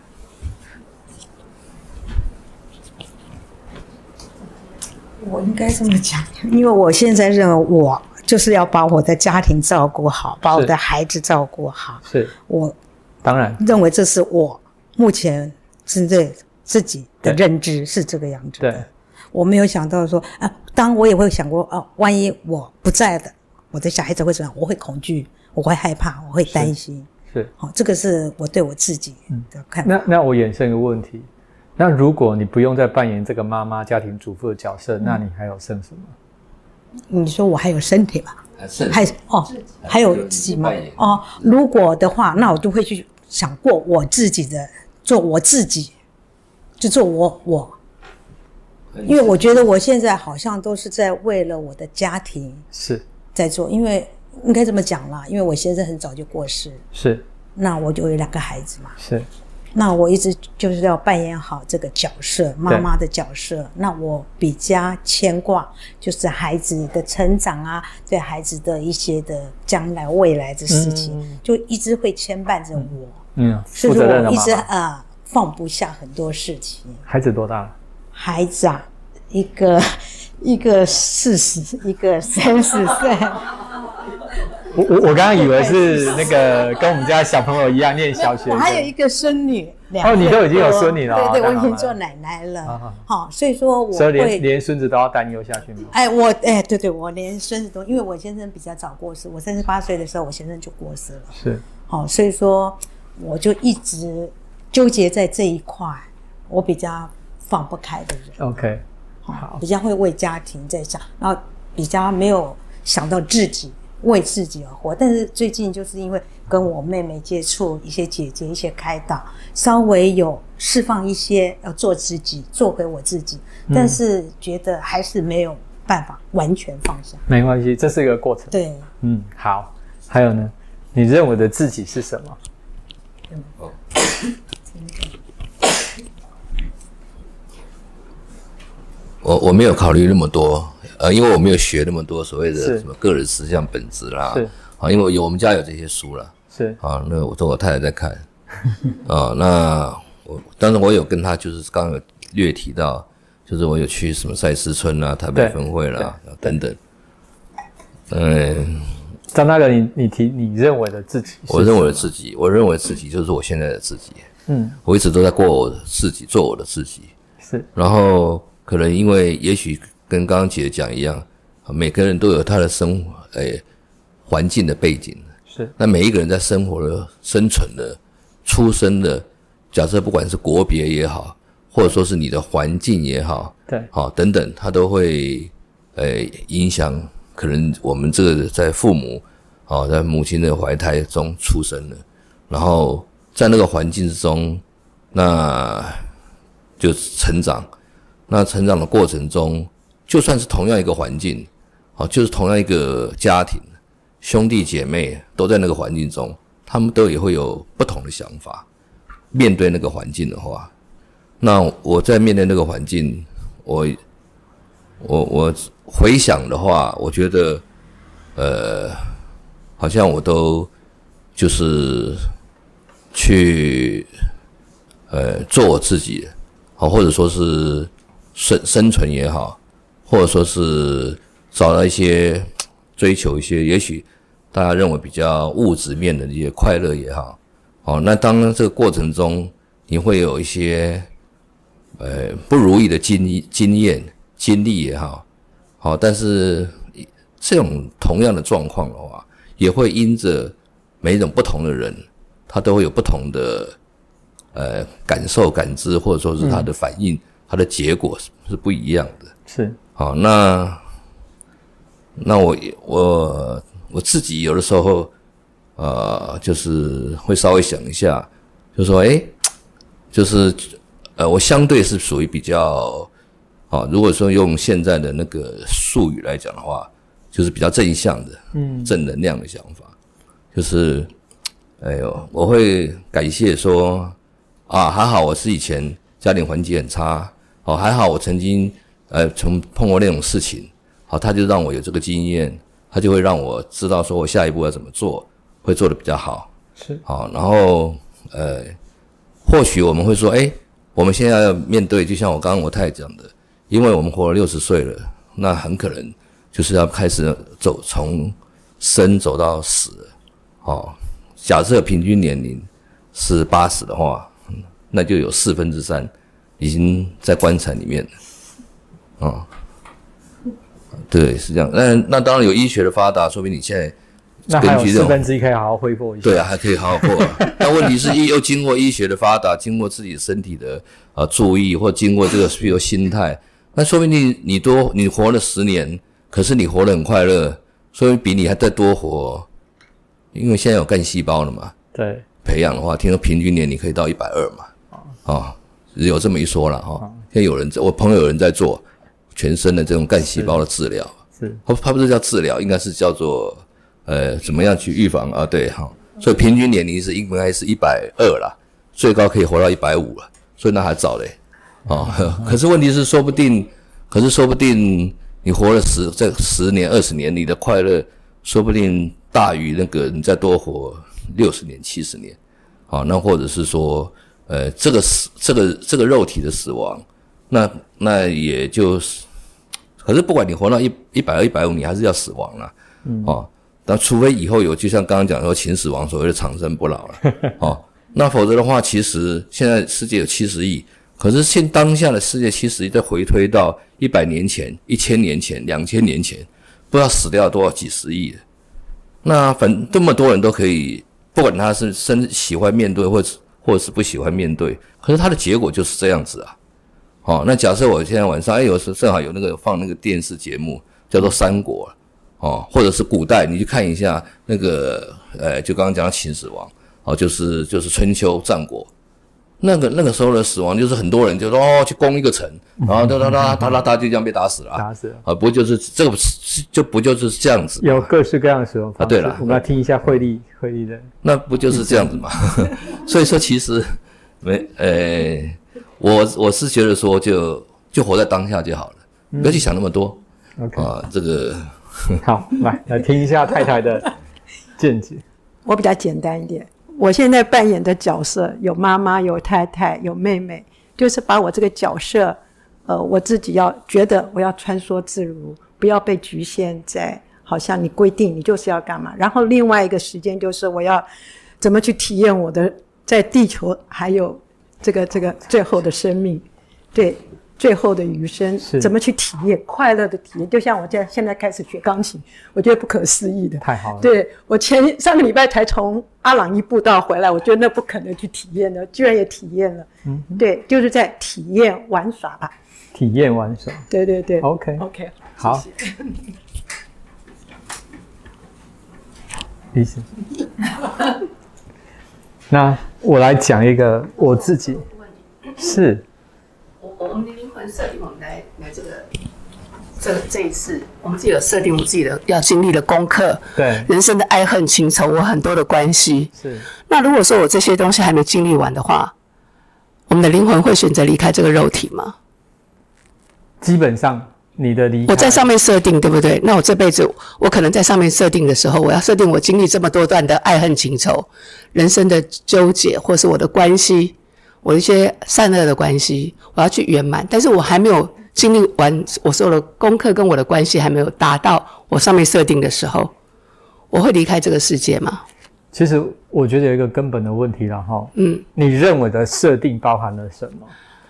我应该这么讲，因为我现在认为我就是要把我的家庭照顾好，把我的孩子照顾好。 是， 我当然认为这是我目前针对自己的认知是这个样子的。对，我没有想到说当我也会想过万一我不在的，我的小孩子会怎样？我会恐惧，我会害怕，我会担心。 是， 这个是我对我自己的看法。 那我衍生一个问题。那如果你不用再扮演这个妈妈、家庭主妇的角色，那你还有剩什么？ 你说我还有身体吗？还有自己吗？如果的话，那我就会去想过我自己的，做我自己，就做我。因为我觉得我现在好像都是在为了我的家庭是在做，因为应该这么讲啦，因为我先生很早就过世， 是， 那我就有2个孩子嘛， 是。 那我一直就是要扮演好这个角色，妈妈的角色。那我比较牵挂就是孩子的成长啊，对孩子的一些的将来未来的事情，就一直会牵绊着我。 负责任的妈妈， 所以我一直放不下很多事情。 孩子多大了？ 孩子啊，一个40，一个30岁。 我刚刚以为是那个跟我们家小朋友一样念小学。 我还有一个孙女你都已经有孙女了。 对，我已经做奶奶了。所以说我会连孙子都要担忧下去吗？ 对，我连孙子都，因为我先生比较早过世，我38岁的时候我先生就过世了。 是。 所以说我就一直纠结在这一块，我比较放不开的人。 OK， 好， 比较会为家庭在想，然后比较没有想到自己。为自己而活，但是最近就是因为跟我妹妹接触，一些姐姐一些开导，稍微有释放一些要做自己，做回我自己，但是觉得还是没有办法完全放下。 没关系，这是一个过程。 对， 好。还有呢？你认为的自己是什么？ 我没有考虑那么多。因为我没有学那么多所谓的什么个人实相本质啦，是因为我们家有这些书啦， 是那我太太在看，那当然我有跟她就是刚刚有略提到，就是我有去什么赛斯村啊、台北分会啦等等， 张大哥，你认为的自己？ 我认为自己就是我现在的自己，我一直都在过我的自己，做我的自己， 是， 然后可能因为也许。跟刚刚姐讲一样，每个人都有他的生活环境的背景， 是。 那每一个人在生活的、生存的、出生的，假设不管是国别也好，或者说是你的环境也好， 对， 等等，它都会影响。可能我们这个在父母在母亲的怀胎中出生了，然后在那个环境之中，那就成长。那成长的过程中。就算是同样一个环境，就是同样一个家庭，兄弟姐妹都在那个环境中，他们都也会有不同的想法。面对那个环境的话，那我在面对那个环境，我回想的话，我觉得，好像我都就是去做我自己，或者说是生存也好。或者说是找到一些追求一些，也许大家认为比较物质面的一些快乐也好，那当这个过程中，你会有一些不如意的经验经历也好，好，但是这种同样的状况的话，也会因着每一种不同的人，他都会有不同的感受、感知，或者说是他的反应，他的结果是不一样的。 是， 好，那我自己有的时候，就是会稍微想一下，就说，就是我相对是属于比较，如果说用现在的那个术语来讲的话，就是比较正向的，正能量的想法，就是，我会感谢说，还好我是以前家庭环境很差，还好我曾经碰过那种事情，好，他就让我有这个经验，他就会让我知道说我下一步要怎么做，会做得比较好。 是， 好，然后或许我们会说，我们现在要面对，就像我刚刚我太太讲的，因为我们活了60岁了，那很可能就是要开始从生走到死了。假设平均年龄是80的话，那就有3/4已经在棺材里面了。对，是这样。那当然有医学的发达，说明你现在那还有1/4可以好好恢复一下。 对啊，还可以好好过。但问题是又经过医学的发达，经过自己身体的注意，或经过这个比如心态，那说明你活了10年，可是你活得很快乐，说明比你还再多活，因为现在有干细胞了嘛。 对， 培养的话，听说平均年龄可以到120嘛。有这么一说了现在我朋友有人在做全身的这种干细胞的治疗， 是， 他不是叫治疗，应该是叫做怎么样去预防啊？对所以平均年龄应该是120啦，最高可以活到150了，所以那还早嘞。可是问题是说不定你活了10年20年，你的快乐说不定大于那个你再多活60年70年。那或者是说这个肉体的死亡，那也就是，可是不管你活到120、150，你还是要死亡啦。但除非以后有，就像刚刚讲说秦始皇所谓的长生不老了。那否则的话，其实现在世界有70亿，可是当下的世界70亿再回推到100年前、1000年前、2000年前，不知道死掉多少几十亿的。那这么多人都可以，不管他是喜欢面对或者是不喜欢面对，可是他的结果就是这样子啊。那假设我现在晚上有时正好有放那个电视节目叫做《三国》或者是古代你去看一下那个就刚刚讲到秦始皇就是春秋战国那个时候的死亡，就是很多人就说去攻一个城，然后他就这样被打死了，不就是这个就不就是这样子？ 有各式各样的死亡方式。 对了， 我们来听一下慧丽的。 那不就是这样子吗？所以说其实我是觉得说就活在当下就好了，不要去想那么多。这个好，来听一下太太的见解。 我比较简单一点。我现在扮演的角色有妈妈、有太太、有妹妹，就是把我这个角色，我自己觉得我要穿梭自如，不要被局限在好像你规定你就是要干嘛。然后另外一个时间就是我要怎么去体验我的在地球还有这个最后的生命，对。最后的余生怎么去体验快乐的体验，就像我现在开始学钢琴，我觉得不可思议的。 太好了。 对，我上个礼拜才从阿朗伊步道回来，我觉得那不可能去体验的，居然也体验了。对，就是在体验玩耍吧。 体验玩耍。 对对对。 OK， 好。谢谢。那我来讲一个我自己是。 我们的灵魂设定我们来这一次，我们自己有设定我们自己的要经历的功课， 对人生的爱恨情仇，我很多的关系。 是。 那如果说我这些东西还没经历完的话，我们的灵魂会选择离开这个肉体吗？ 基本上你的离开， 我在上面设定，对不对？那我这辈子我可能在上面设定的时候，我要设定我经历这么多段的爱恨情仇，人生的纠结，或是我的关系。我一些善恶的关系，我要去圆满，但是我还没有经历完我所有的功课，跟我的关系还没有达到我上面设定的时候，我会离开这个世界吗？ 其实我觉得有一个根本的问题啦，你认为的设定包含了什么？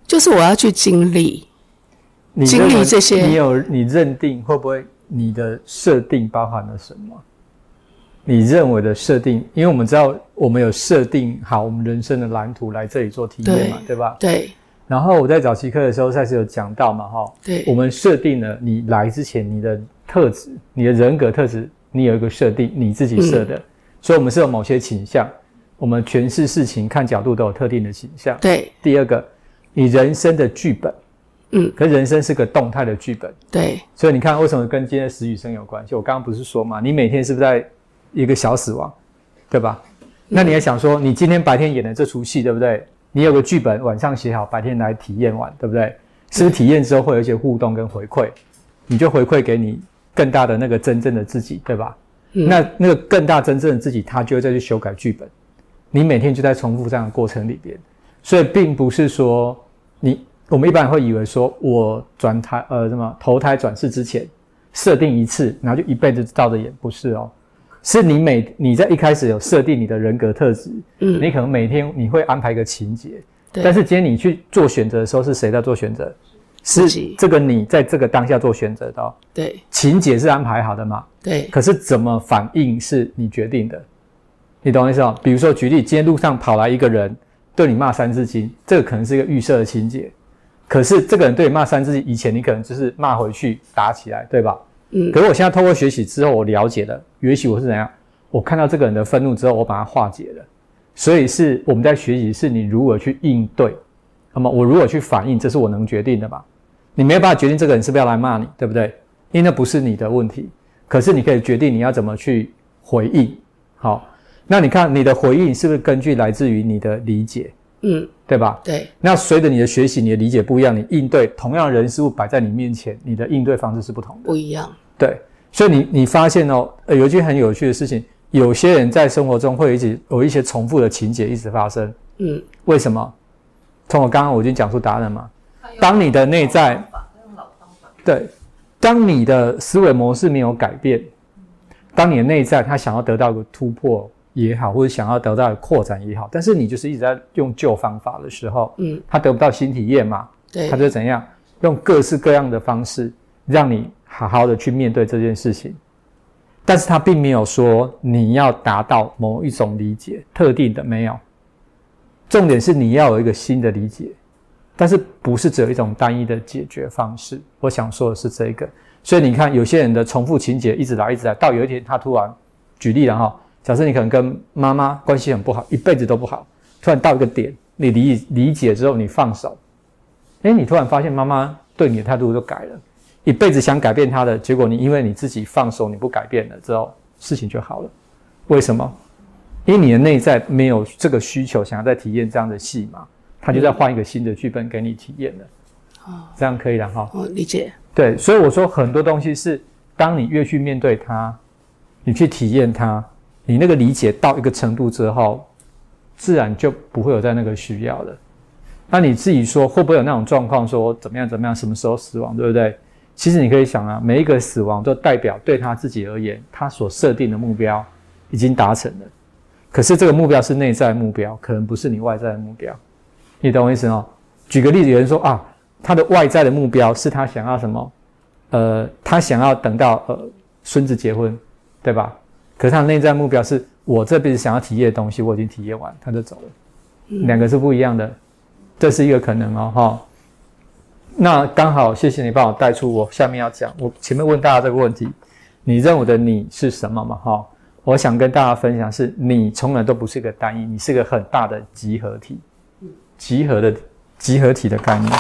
就是我要去经历这些。 你认定会不会你的设定包含了什么？你认为的设定，因为我们知道我们有设定好我们人生的蓝图来这里做体验嘛， 对吧？ 对。 然后我在早期课的时候赛斯有讲到嘛， 对， 我们设定了你来之前你的特质，你的人格特质，你有一个设定，你自己设的，所以我们是有某些倾向，我们诠释事情看角度都有特定的倾向。 对。 第二个，你人生的剧本，可是人生是个动态的剧本， 对。 所以你看为什么跟今天的死与生有关系？我刚刚不是说嘛，你每天是不是在一个小死亡，对吧？那你也想说，你今天白天演的这出戏，对不对？你有个剧本，晚上写好，白天来体验完，对不对？是不是体验之后会有一些互动跟回馈？你就回馈给你更大的那个真正的自己，对吧？那个更大真正的自己，他就会再去修改剧本。你每天就在重复这样的过程里边，所以并不是说我们一般人会以为说我投胎转世之前设定一次，然后就一辈子照着演，不是哦。是你在一开始有设定你的人格特质，你可能每天你会安排一个情节，但是今天你去做选择的时候，是谁在做选择？是这个你在这个当下做选择的哦。 对， 情节是安排好的嘛？ 对。 可是怎么反应是你决定的，你懂我意思吗？比如说举例，今天路上跑来一个人对你骂三字经，这个可能是一个预设的情节，可是这个人对你骂三字经以前，你可能就是骂回去打起来，对吧？可是我现在透过学习之后，我了解了，也许我是怎样？我看到这个人的愤怒之后，我把它化解了。所以是我们在学习，是你如何去应对，那么我如何去反应，这是我能决定的嘛？你没有办法决定这个人是不是要来骂你，对不对？因为那不是你的问题，可是你可以决定你要怎么去回应。好，那你看你的回应是不是根据来自于你的理解？对吧？ 对。 那随着你的学习，你的理解不一样，你应对同样的人事物摆在你面前，你的应对方式是不同的， 不一样。 对，所以你发现哦，有一件很有趣的事情，有些人在生活中会有一些重复的情节一直发生。为什么？从我刚刚我已经讲出答案了嘛。当你的内在，对，当你的思维模式没有改变，当你的内在他想要得到一个突破也好，或者想要得到一个扩展也好，但是你就是一直在用旧方法的时候，他得不到新体验嘛， 对， 他就怎样用各式各样的方式让你好好的去面对这件事情，但是他并没有说你要达到某一种理解，特定的没有。重点是你要有一个新的理解，但是不是只有一种单一的解决方式。我想说的是这个，所以你看有些人的重复情节一直来，到有一天他突然举例了哈，假设你可能跟妈妈关系很不好，一辈子都不好，突然到一个点，你理解之后你放手，你突然发现妈妈对你的态度就改了，一辈子想改变她的，结果你因为你自己放手，你不改变了之后，事情就好了。为什么？因为你的内在没有这个需求，想要再体验这样的戏嘛，他就在换一个新的剧本给你体验了。这样可以了哈。 理解。 对，所以我说很多东西是，当你越去面对它，你去体验它，你那个理解到一个程度之后，自然就不会有在那个需要了。那你自己说会不会有那种状况，说怎么样，什么时候死亡，对不对？其实你可以想啊，每一个死亡都代表对他自己而言，他所设定的目标已经达成了。可是这个目标是内在目标，可能不是你外在的目标，你懂我意思哦？举个例子，有人说啊，他的外在的目标是他想要什么？他想要等到孙子结婚，对吧？可是他的内在目标是我这辈子想要体验的东西，我已经体验完，他就走了。两个是不一样的，这是一个可能哦，齁。那刚好，谢谢你帮我带出我下面要讲。我前面问大家这个问题，你认为的你是什么嘛？齁。我想跟大家分享是，你从来都不是一个单一，你是个很大的集合体，集合体的概念。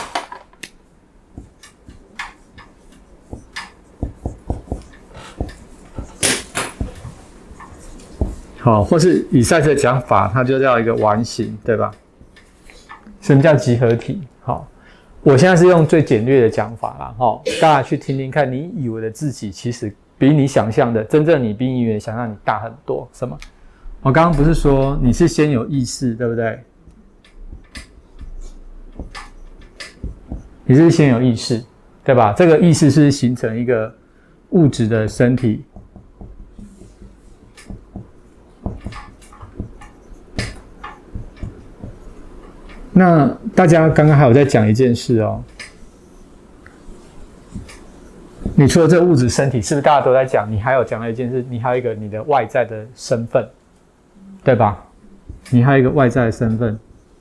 好，或是以赛斯的讲法，它就叫一个完形，对吧？什么叫集合体？好，我现在是用最简略的讲法啦，大家去听听看，你以为的自己其实比你想象的，真正你比你以为想象你大很多。什么？我刚刚不是说你是先有意识，对不对？你是先有意识，对吧？这个意识是形成一个物质的身体。 那大家刚刚还有在讲一件事哦，你除了这个物质身体，是不是大家都在讲？你还有讲到一件事，你还有一个你的外在的身份，对吧？你还有一个外在的身份。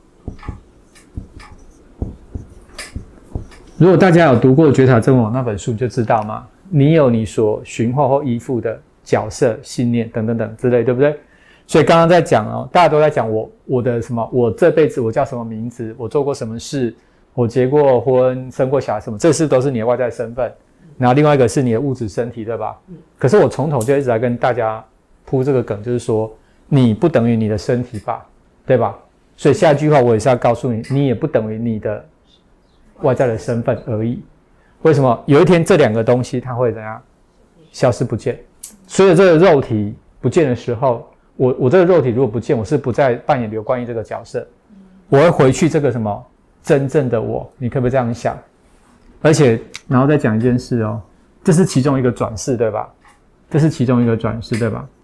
如果大家有读过《觉察真我》那本书，就知道嘛，你有你所寻获或依附的角色、信念等等等之类，对不对？所以刚刚在讲哦，大家都在讲我的什么，我这辈子我叫什么名字，我做过什么事，我结过婚、生过小孩什么，这是都是你的外在身份。然后另外一个是你的物质身体，对吧？可是我从头就一直在跟大家铺这个梗，就是说你不等于你的身体吧，对吧？所以下一句话我也是要告诉你，你也不等于你的外在的身份而已。为什么？有一天这两个东西它会怎样消失不见？随着这个肉体不见的时候，我这个肉体如果不见，我是不再扮演刘冠毅这个角色，我会回去这个什么真正的我。你可不可以这样想？而且然后再讲一件事哦，这是其中一个转世，对吧？这是其中一个转世，对吧？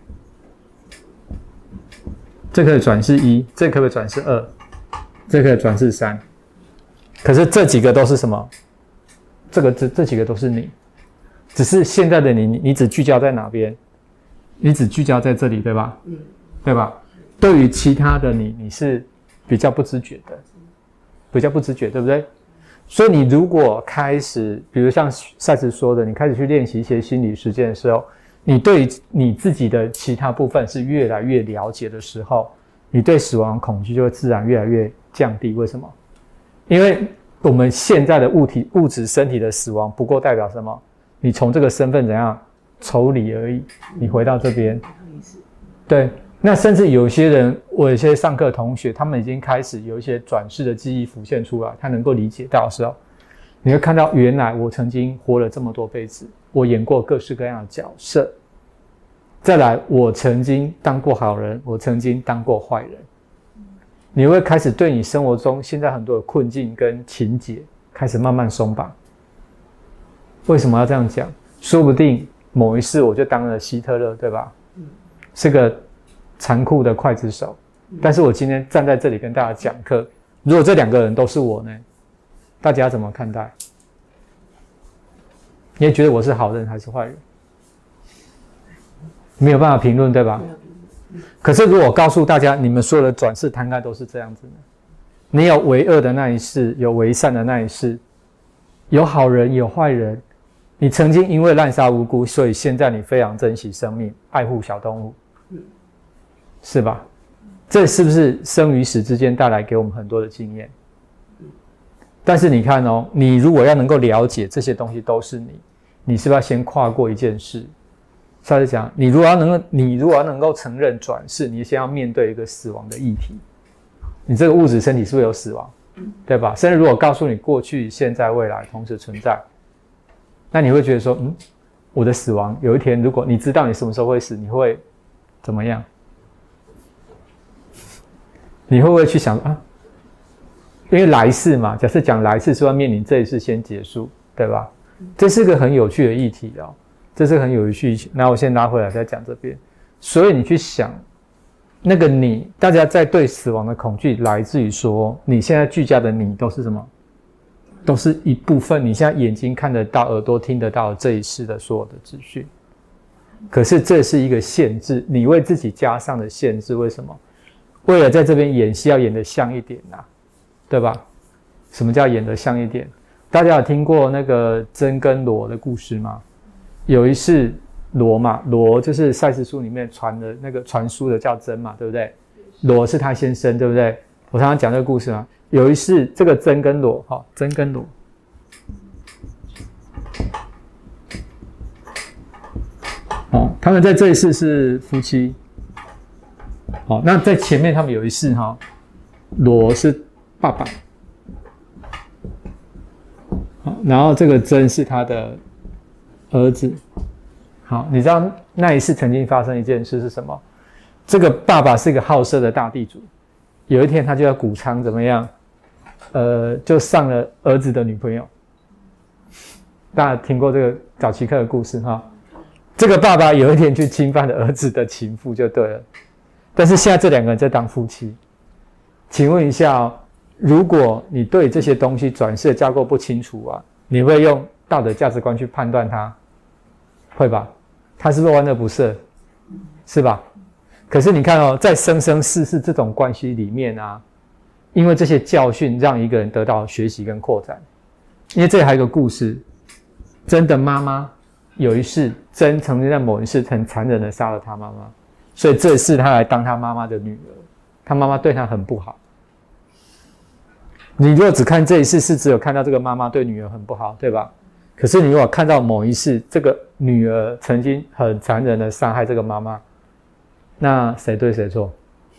这可以转世1，这可不可以转世2？这可以转世3。可是这几个都是什么？这几个都是你，只是现在的你只聚焦在哪边？你只聚焦在这里，对吧？对吧？对于其他的你是比较不知觉的，比较不知觉，对不对？所以你如果开始，比如像赛斯说的，你开始去练习一些心理实践的时候，你对于你自己的其他部分是越来越了解的时候，你对死亡恐惧就会自然越来越降低。为什么？因为我们现在的物质身体的死亡，不过代表什么？你从这个身份怎样抽离而已，你回到这边。对，那甚至有些人，我有些上课的同学，他们已经开始有一些转世的记忆浮现出来，他能够理解到的时候，你会看到原来我曾经活了这么多辈子，我演过各式各样的角色。再来，我曾经当过好人，我曾经当过坏人。你会开始对你生活中现在很多的困境跟情节开始慢慢松绑。为什么要这样讲？说不定某一世我就当了希特勒，对吧？是个残酷的刽子手。但是我今天站在这里跟大家讲课，如果这两个人都是我呢，大家怎么看待？你也觉得我是好人还是坏人？没有办法评论，对吧？可是如果告诉大家，你们所有的转世摊开都是这样子的，你有为恶的那一世，有为善的那一世，有好人有坏人，你曾经因为滥杀无辜，所以现在你非常珍惜生命，爱护小动物，是吧？这是不是生与死之间带来给我们很多的经验？但是你看哦，你如果要能够了解这些东西都是你是不是要先跨过一件事？上次讲，你如果要能够承认转世，你先要面对一个死亡的议题。你这个物质身体是不是有死亡？对吧？甚至如果告诉你过去、现在、未来同时存在，那你会觉得说，我的死亡有一天，如果你知道你什么时候会死，你会怎么样？你会不会去想啊？因为来世嘛，假设讲来世是要面临这一世先结束，对吧？这是个很有趣的议题哦。这是很有趣，那我先拉回来再讲这边。所以你去想，那个你，大家在对死亡的恐惧来自于说，你现在聚焦的你都是什么？都是一部分你现在眼睛看得到、耳朵听得到这一世的所有的资讯。可是这是一个限制，你为自己加上的限制。为什么？为了在这边演戏要演得像一点啊，对吧？什么叫演得像一点？大家有听过那个真跟罗的故事吗？有一世罗嘛，罗就是赛斯书里面传的那个传书的叫真嘛，对不对？罗是他先生，对不对？我常常讲这个故事嘛。有一世这个真跟罗，真跟罗，他们在这一世是夫妻。那在前面他们有一世罗是爸爸，然后这个真是他的儿子。好，你知道那一世曾经发生一件事是什么？这个爸爸是一个好色的大地主，有一天他就要谷仓怎么样？就上了儿子的女朋友。大家听过这个早期课的故事哈？这个爸爸有一天去侵犯了儿子的情妇就对了。但是现在这两个人在当夫妻，请问一下如果你对这些东西转世的架构不清楚啊，你会用道德价值观去判断它，会吧？它是不是万恶不赦？是吧？可是你看哦，在生生世世这种关系里面啊，因为这些教训让一个人得到学习跟扩展。因为这里还有一个故事，真的妈妈有一世，真曾经在某一世很残忍的杀了他妈妈，所以这次他来当他妈妈的女儿，他妈妈对他很不好。你如果只看这一世，是只有看到这个妈妈对女儿很不好，对吧？可是你如果看到某一世，这个女儿曾经很残忍的杀害这个妈妈，那谁对谁错？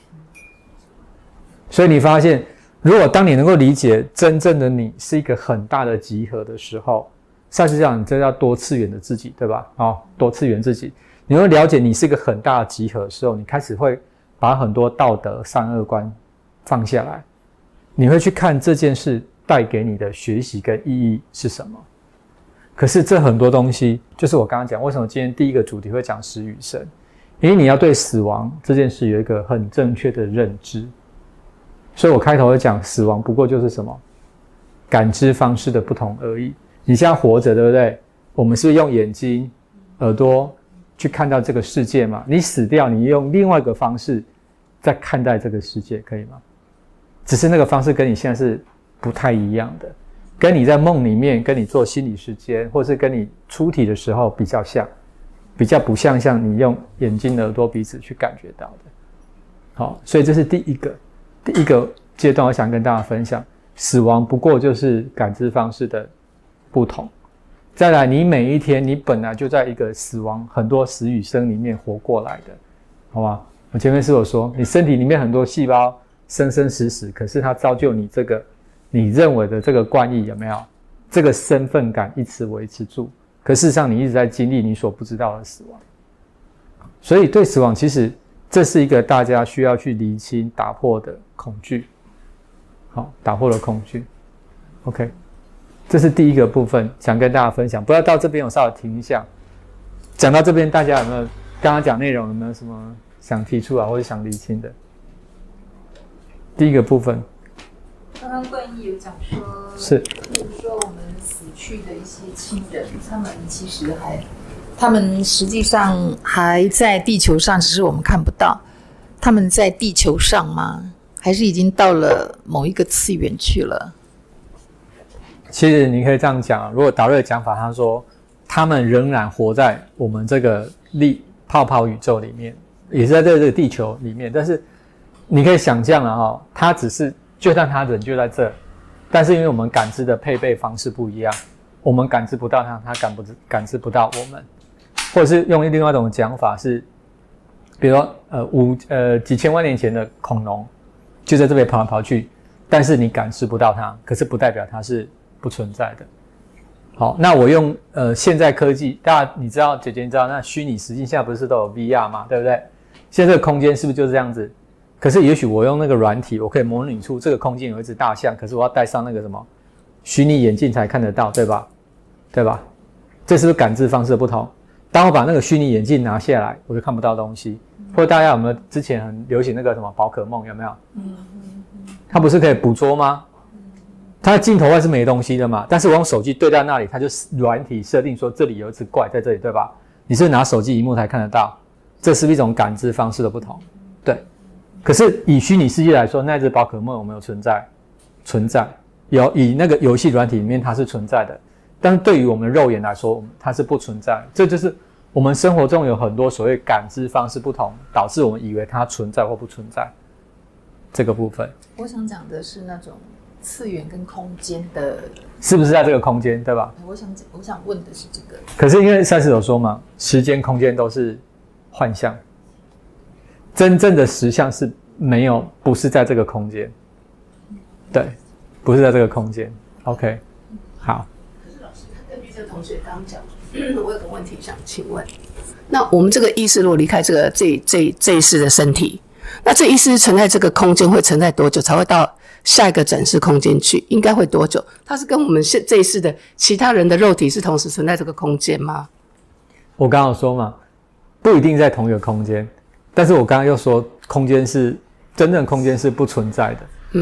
所以你发现，如果当你能够理解真正的你是一个很大的集合的时候，赛斯讲这叫多次元的自己，对吧？多次元自己，你会了解你是一个很大的集合的时候，你开始会把很多道德善恶观放下来，你会去看这件事带给你的学习跟意义是什么。可是这很多东西，就是我刚刚讲，为什么今天第一个主题会讲死与生，因为你要对死亡这件事有一个很正确的认知。所以我开头会讲，死亡不过就是什么？感知方式的不同而已。你现在活着，对不对？我们是用眼睛、耳朵去看到这个世界嘛？你死掉，你用另外一个方式在看待这个世界，可以吗？只是那个方式跟你现在是不太一样的，跟你在梦里面跟你做心理实践，或是跟你出体的时候比较像，比较不像你用眼睛、耳朵、鼻子去感觉到的。好，所以这是第一个阶段，我想跟大家分享，死亡不过就是感知方式的不同。再来，你每一天你本来就在一个死亡很多死与生里面活过来的，好吗？我前面是有说，你身体里面很多细胞生生死死，可是它造就你这个你认为的这个惯例，有没有？这个身份感一直维持住，可事实上你一直在经历你所不知道的死亡。所以对死亡，其实这是一个大家需要去厘清打破的恐惧。好，打破了恐惧。OK， 这是第一个部分想跟大家分享。不要到这边我稍微停一下，讲到这边大家有没有刚刚讲内容有没有什么想提出来或者想厘清的？第一个部分， 刚刚冠毅有讲说， 是， 比如说我们死去的一些亲人，他们其实他们实际上还在地球上，只是我们看不到。他们在地球上吗？还是已经到了某一个次元去了？ 其实你可以这样讲，如果达瑞的讲法，他说他们仍然活在我们这个泡泡宇宙里面，也是在这个地球里面，但是你可以想象了他只是就算他人就在这，但是因为我们感知的配备方式不一样，我们感知不到他感知不到我们，或者是用另外一种讲法是，比如说几千万年前的恐龙就在这边跑来跑去，但是你感知不到它，可是不代表它是不存在的。好，那我用现在科技，大家你知道，姐姐你知道，那虚拟实境现在不是都有 VR 嘛，对不对？现在这个空间是不是就是这样子？可是也许我用那个软体，我可以模拟出这个空间有一只大象，可是我要戴上那个什么虚拟眼镜才看得到，对吧？对吧？这是不是感知方式的不同？当我把那个虚拟眼镜拿下来，我就看不到东西。或者大家有没有之前很流行那个什么宝可梦，有没有？它不是可以捕捉吗？它的镜头外是没东西的嘛，但是我用手机对到那里，它就软体设定说这里有一只怪在这里，对吧？你是拿手机萤幕才看得到，这是不是一种感知方式的不同？对。可是以虚拟世界来说，那只宝可梦有没有存在？存在。以那个游戏软体里面它是存在的，但是对于我们肉眼来说，它是不存在。这就是我们生活中有很多所谓感知方式不同，导致我们以为它存在或不存在这个部分。 我想讲的是那种次元跟空间的， 是不是在这个空间，对吧？ 我想问的是这个。 可是因为赛斯有说嘛，时间空间都是幻象，真正的实相是不是在这个空间，对，不是在这个空间。OK， 好。 可是老师，根据这个同学刚刚讲，我有个问题想请问，那我们这个意识如果离开这一世的身体，那这意识存在这个空间会存在多久才会到下一个转世空间去？应该会多久？它是跟我们这一世的其他人的肉体是同时存在这个空间吗？ 我刚刚有说嘛，不一定在同一个空间，但是我刚刚又说空间是真正空间是不存在的。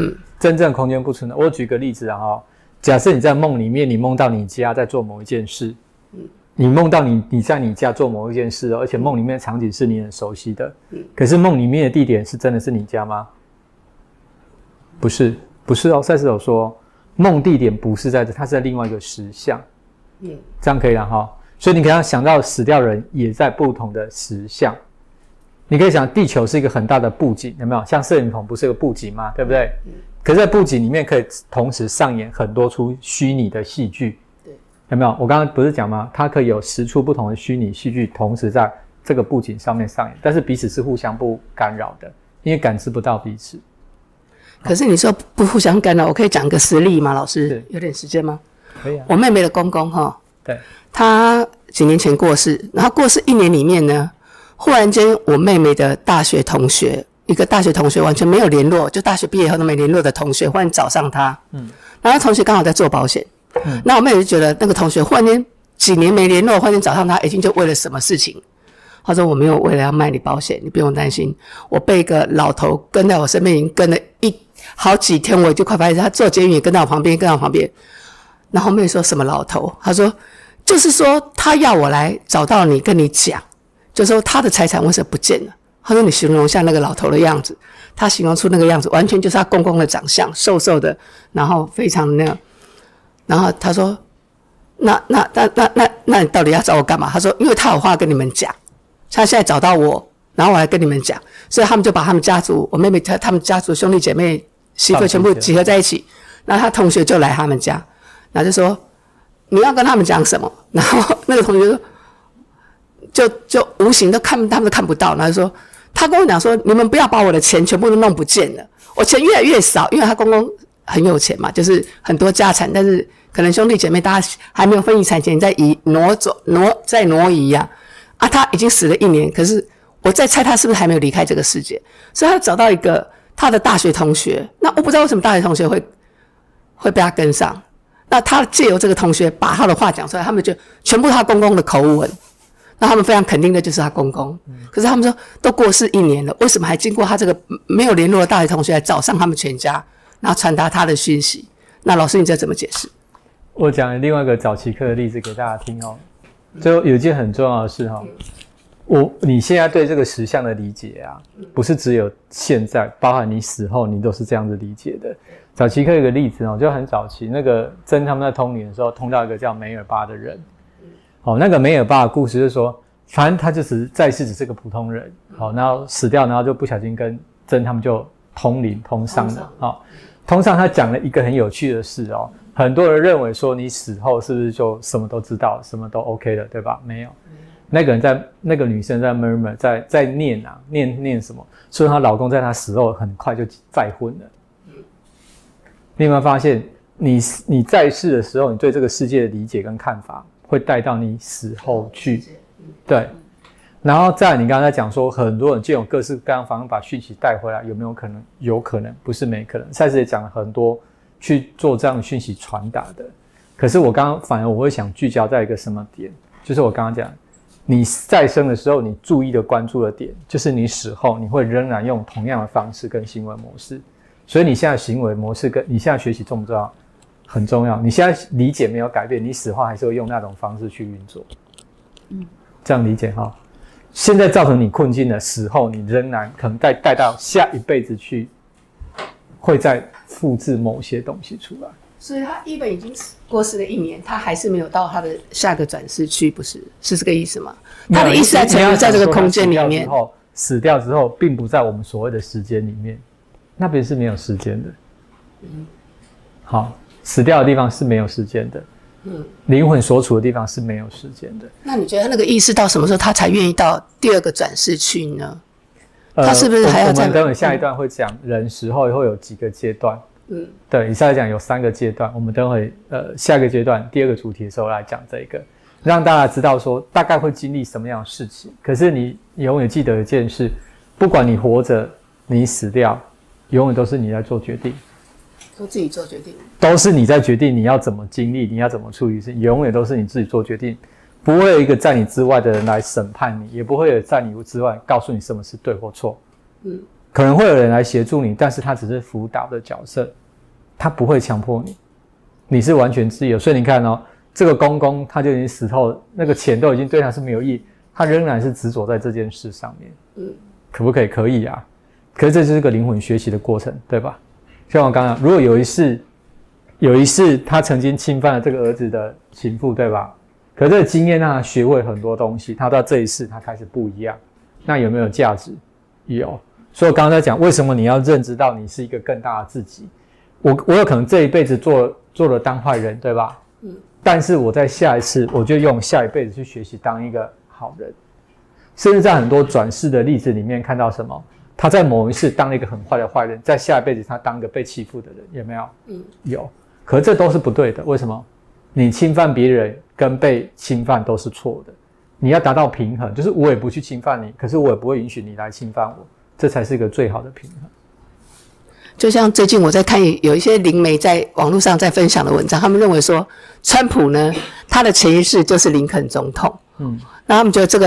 真正空间不存在。我举个例子啊，假设你在梦里面，你梦到你家在做某一件事，你梦到你在你家做某一件事，而且梦里面的场景是你很熟悉的，可是梦里面的地点是真的是你家吗？不是哦。赛斯有说，梦地点不是在这，它是在另外一个实相。这样可以了哈。所以你可以想到死掉人也在不同的实相。你可以想，地球是一个很大的布景，有没有？像摄影棚不是有个布景吗？对不对？可是在布景里面可以同时上演很多出虚拟的戏剧。有没有？我刚刚不是讲吗？它可以有10出不同的虚拟戏剧同时在这个布景上面上演，但是彼此是互相不干扰的，因为感知不到彼此。 可是你说不互相干扰，我可以讲个实例吗？老师，有点时间吗？ 可以啊。 我妹妹的公公对， 他几年前过世，然后过世1年里面呢，忽然间我妹妹的大学同学，一个大学同学完全没有联络，就大学毕业后都没联络的同学，忽然找上他，然后同学刚好在做保险。那我妹妹就觉得那个同学忽然间几年没联络，忽然间找上他，一定就为了什么事情。他说：“我没有为了要卖你保险，你不用担心。我被一个老头跟在我身边，已经跟了好几天，我就快发现他坐捷运也跟在我旁边，跟在我旁边。”然后妹妹说什么老头？他说：“就是说他要我来找到你，跟你讲，就是说他的财产为什么不见了？”他说：“你形容一下那个老头的样子。”他形容出那个样子，完全就是他公公的长相，瘦瘦的，然后非常那样。然后他说：“那你到底要找我干嘛？”他说：“因为他有话跟你们讲，他现在找到我，然后我来跟你们讲，所以他们就把他们家族，我妹妹他们家族兄弟姐妹媳妇全部集合在一起，然后他同学就来他们家，然后就说你要跟他们讲什么？然后那个同学说就无形都他们都看不到，然后就说他跟我讲说你们不要把我的钱全部都弄不见了，我钱越来越少，因为他公公很有钱嘛，就是很多家产，但是可能兄弟姐妹大家还没有分遗产前再挪移呀。他已经死了1年，可是我在猜他是不是还没有离开这个世界，所以他找到一个他的大学同学，那我不知道为什么大学同学会被他跟上，那他借由这个同学把他的话讲出来，他们就全部他公公的口吻，那他们非常肯定的就是他公公，可是他们说都过世1年了，为什么还经过他这个没有联络的大学同学来找上他们全家，然后传达他的讯息？那老师你这怎么解释？ 我讲另外一个早期课的例子给大家听哦。就有一件很重要的事你现在对这个实相的理解啊，不是只有现在，包含你死后你都是这样子理解的。早期课有一个例子就很早期，那个他们在通灵的时候通到一个叫梅尔巴的人。那个梅尔巴的故事就是说，反正他就在世只是个普通人，然后死掉，然后就不小心跟他们就通灵通上了。通上他讲了一个很有趣的事很多人认为说你死后是不是就什么都知道，什么都 OK 了，对吧？没有，那个女生在 murmur 在念什么？说她老公在她死后很快就再婚了。你有没有发现，你在世的时候，你对这个世界的理解跟看法，会带到你死后去？对。然后再来你刚才讲说，很多人就有各式各样方法把讯息带回来，有没有可能？有可能，不是没可能。赛斯也讲了很多。去做这样的讯息传达的，可是反而我会想聚焦在一个什么点，就是我刚刚讲，你在生的时候，你注意的关注的点，就是你死后你会仍然用同样的方式跟行为模式，所以你现在行为模式跟你现在学习重不重要？很重要。你现在理解没有改变，你死后还是会用那种方式去运作。这样理解现在造成你困境的死后，你仍然可能带到下一辈子去，会再复制某些东西出来。 所以他一本已经过世了1年，他还是没有到他的下个转世去，不是？是这个意思吗？他的意思还停留在这个空间里面。 死掉之后，并不在我们所谓的时间里面，那边是没有时间的。死掉的地方是没有时间的。灵魂所处的地方是没有时间的。 那你觉得他那个意识到什么时候他才愿意到第2个转世去呢？他是不是还要在？ 我们等会下一段会讲人死后会有几个阶段。对，以下来讲有3个阶段。我们等会下一个阶段第2个主题的时候来讲这个，让大家知道说大概会经历什么样的事情。可是你永远记得一件事，不管你活着，你死掉，永远都是你在做决定。 都自己做决定， 都是你在决定你要怎么经历，你要怎么处理事情，永远都是你自己做决定，不会有一个在你之外的人来审判你，也不会有在你之外告诉你什么是对或错。可能会有人来协助你，但是他只是辅导的角色， 他不会强迫你，你是完全自由。所以你看哦，这个公公他就已经死透了，那个钱都已经对他是没有意义，他仍然是执着在这件事上面。可不可以？可以啊。可是这就是个灵魂学习的过程，对吧？像我刚刚，如果有一世他曾经侵犯了这个儿子的情妇，对吧？可这个经验让他学会很多东西，他到这一世他开始不一样，那有没有价值？有。所以我刚刚在讲，为什么你要认知到你是一个更大的自己？我有可能这一辈子做了当坏人，对吧？但是我在下一次，我就用下一辈子去学习当一个好人。甚至在很多转世的例子里面看到什么？他在某一世当了一个很坏的坏人，在下一辈子他当一个被欺负的人，有没有？有。可是这都是不对的，为什么？你侵犯别人跟被侵犯都是错的。你要达到平衡，就是我也不去侵犯你，可是我也不会允许你来侵犯我，这才是一个最好的平衡。 就像最近我在看有一些灵媒在网络上在分享的文章，他们认为说，川普呢，他的前一世就是林肯总统。那他们觉得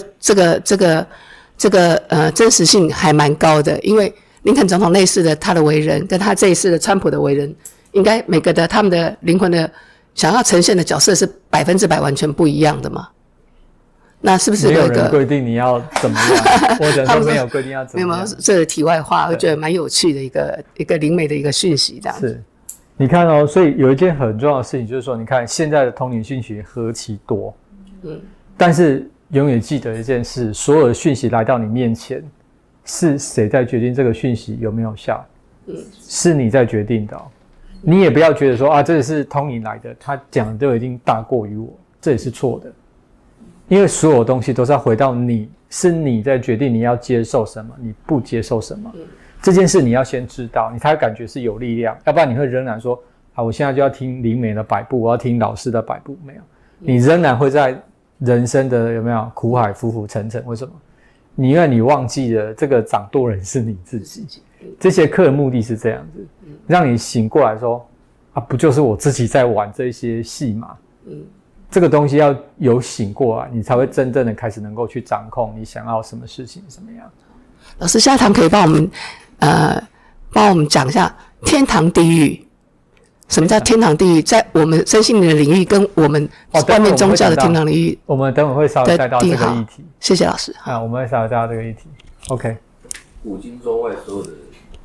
这个真实性还蛮高的，因为林肯总统那一世的他的为人，跟他这一世的川普的为人，应该每个的他们的灵魂的想要呈现的角色是100%完全不一样的嘛？那是不是有一个？没有人规定你要怎么样，或者说没有规定要怎么样？ 没有，这是题外话，我觉得蛮有趣的一个灵媒的一个讯息，这样子。 是，你看哦，所以有一件很重要的事情，就是说，你看现在的通灵讯息何其多，但是永远记得一件事，所有的讯息来到你面前，是谁在决定这个讯息有没有效？是你在决定的哦。你也不要觉得说啊，这是通灵来的，他讲的都已经大过于我，这也是错的。因为所有东西都是要回到你，是你在决定你要接受什么，你不接受什么。这件事你要先知道，你才感觉是有力量，要不然你会仍然说，啊，我现在就要听灵媒的摆布，我要听老师的摆布，没有，你仍然会在人生的有没有苦海浮浮沉沉？为什么？因为你忘记了这个掌舵人是你自己。这些课的目的是这样子，让你醒过来说，啊，不就是我自己在玩这些戏码？这个东西要有醒过来，你才会真正的开始能够去掌控你想要什么事情什么样。 老师，下一堂可以帮我们讲一下天堂地狱。什么叫天堂地狱？在我们身心灵的领域，跟我们外面宗教的天堂领域， 我们等会会稍微带到这个议题。 谢谢老师。 我们会稍微带到这个议题。OK。 古今中外所有的人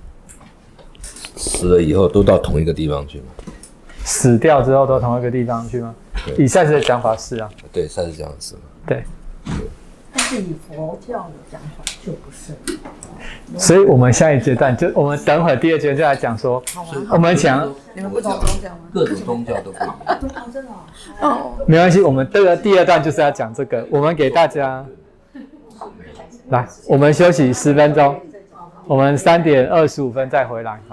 死了以后都到同一个地方去吗？ 死掉之后都同一个地方去吗？以赛斯的讲法是啊。 对，赛斯讲的是嘛。 对。 但是以佛教的讲法就不是。 所以我们下一阶段我们等会第二阶段就来讲说，我们讲你们不同宗教吗？ 各种宗教都不一样。 真的哦。 没关系，我们这个第二段就是要讲这个，我们给大家来，我们休息10分钟，我们3点25分再回来。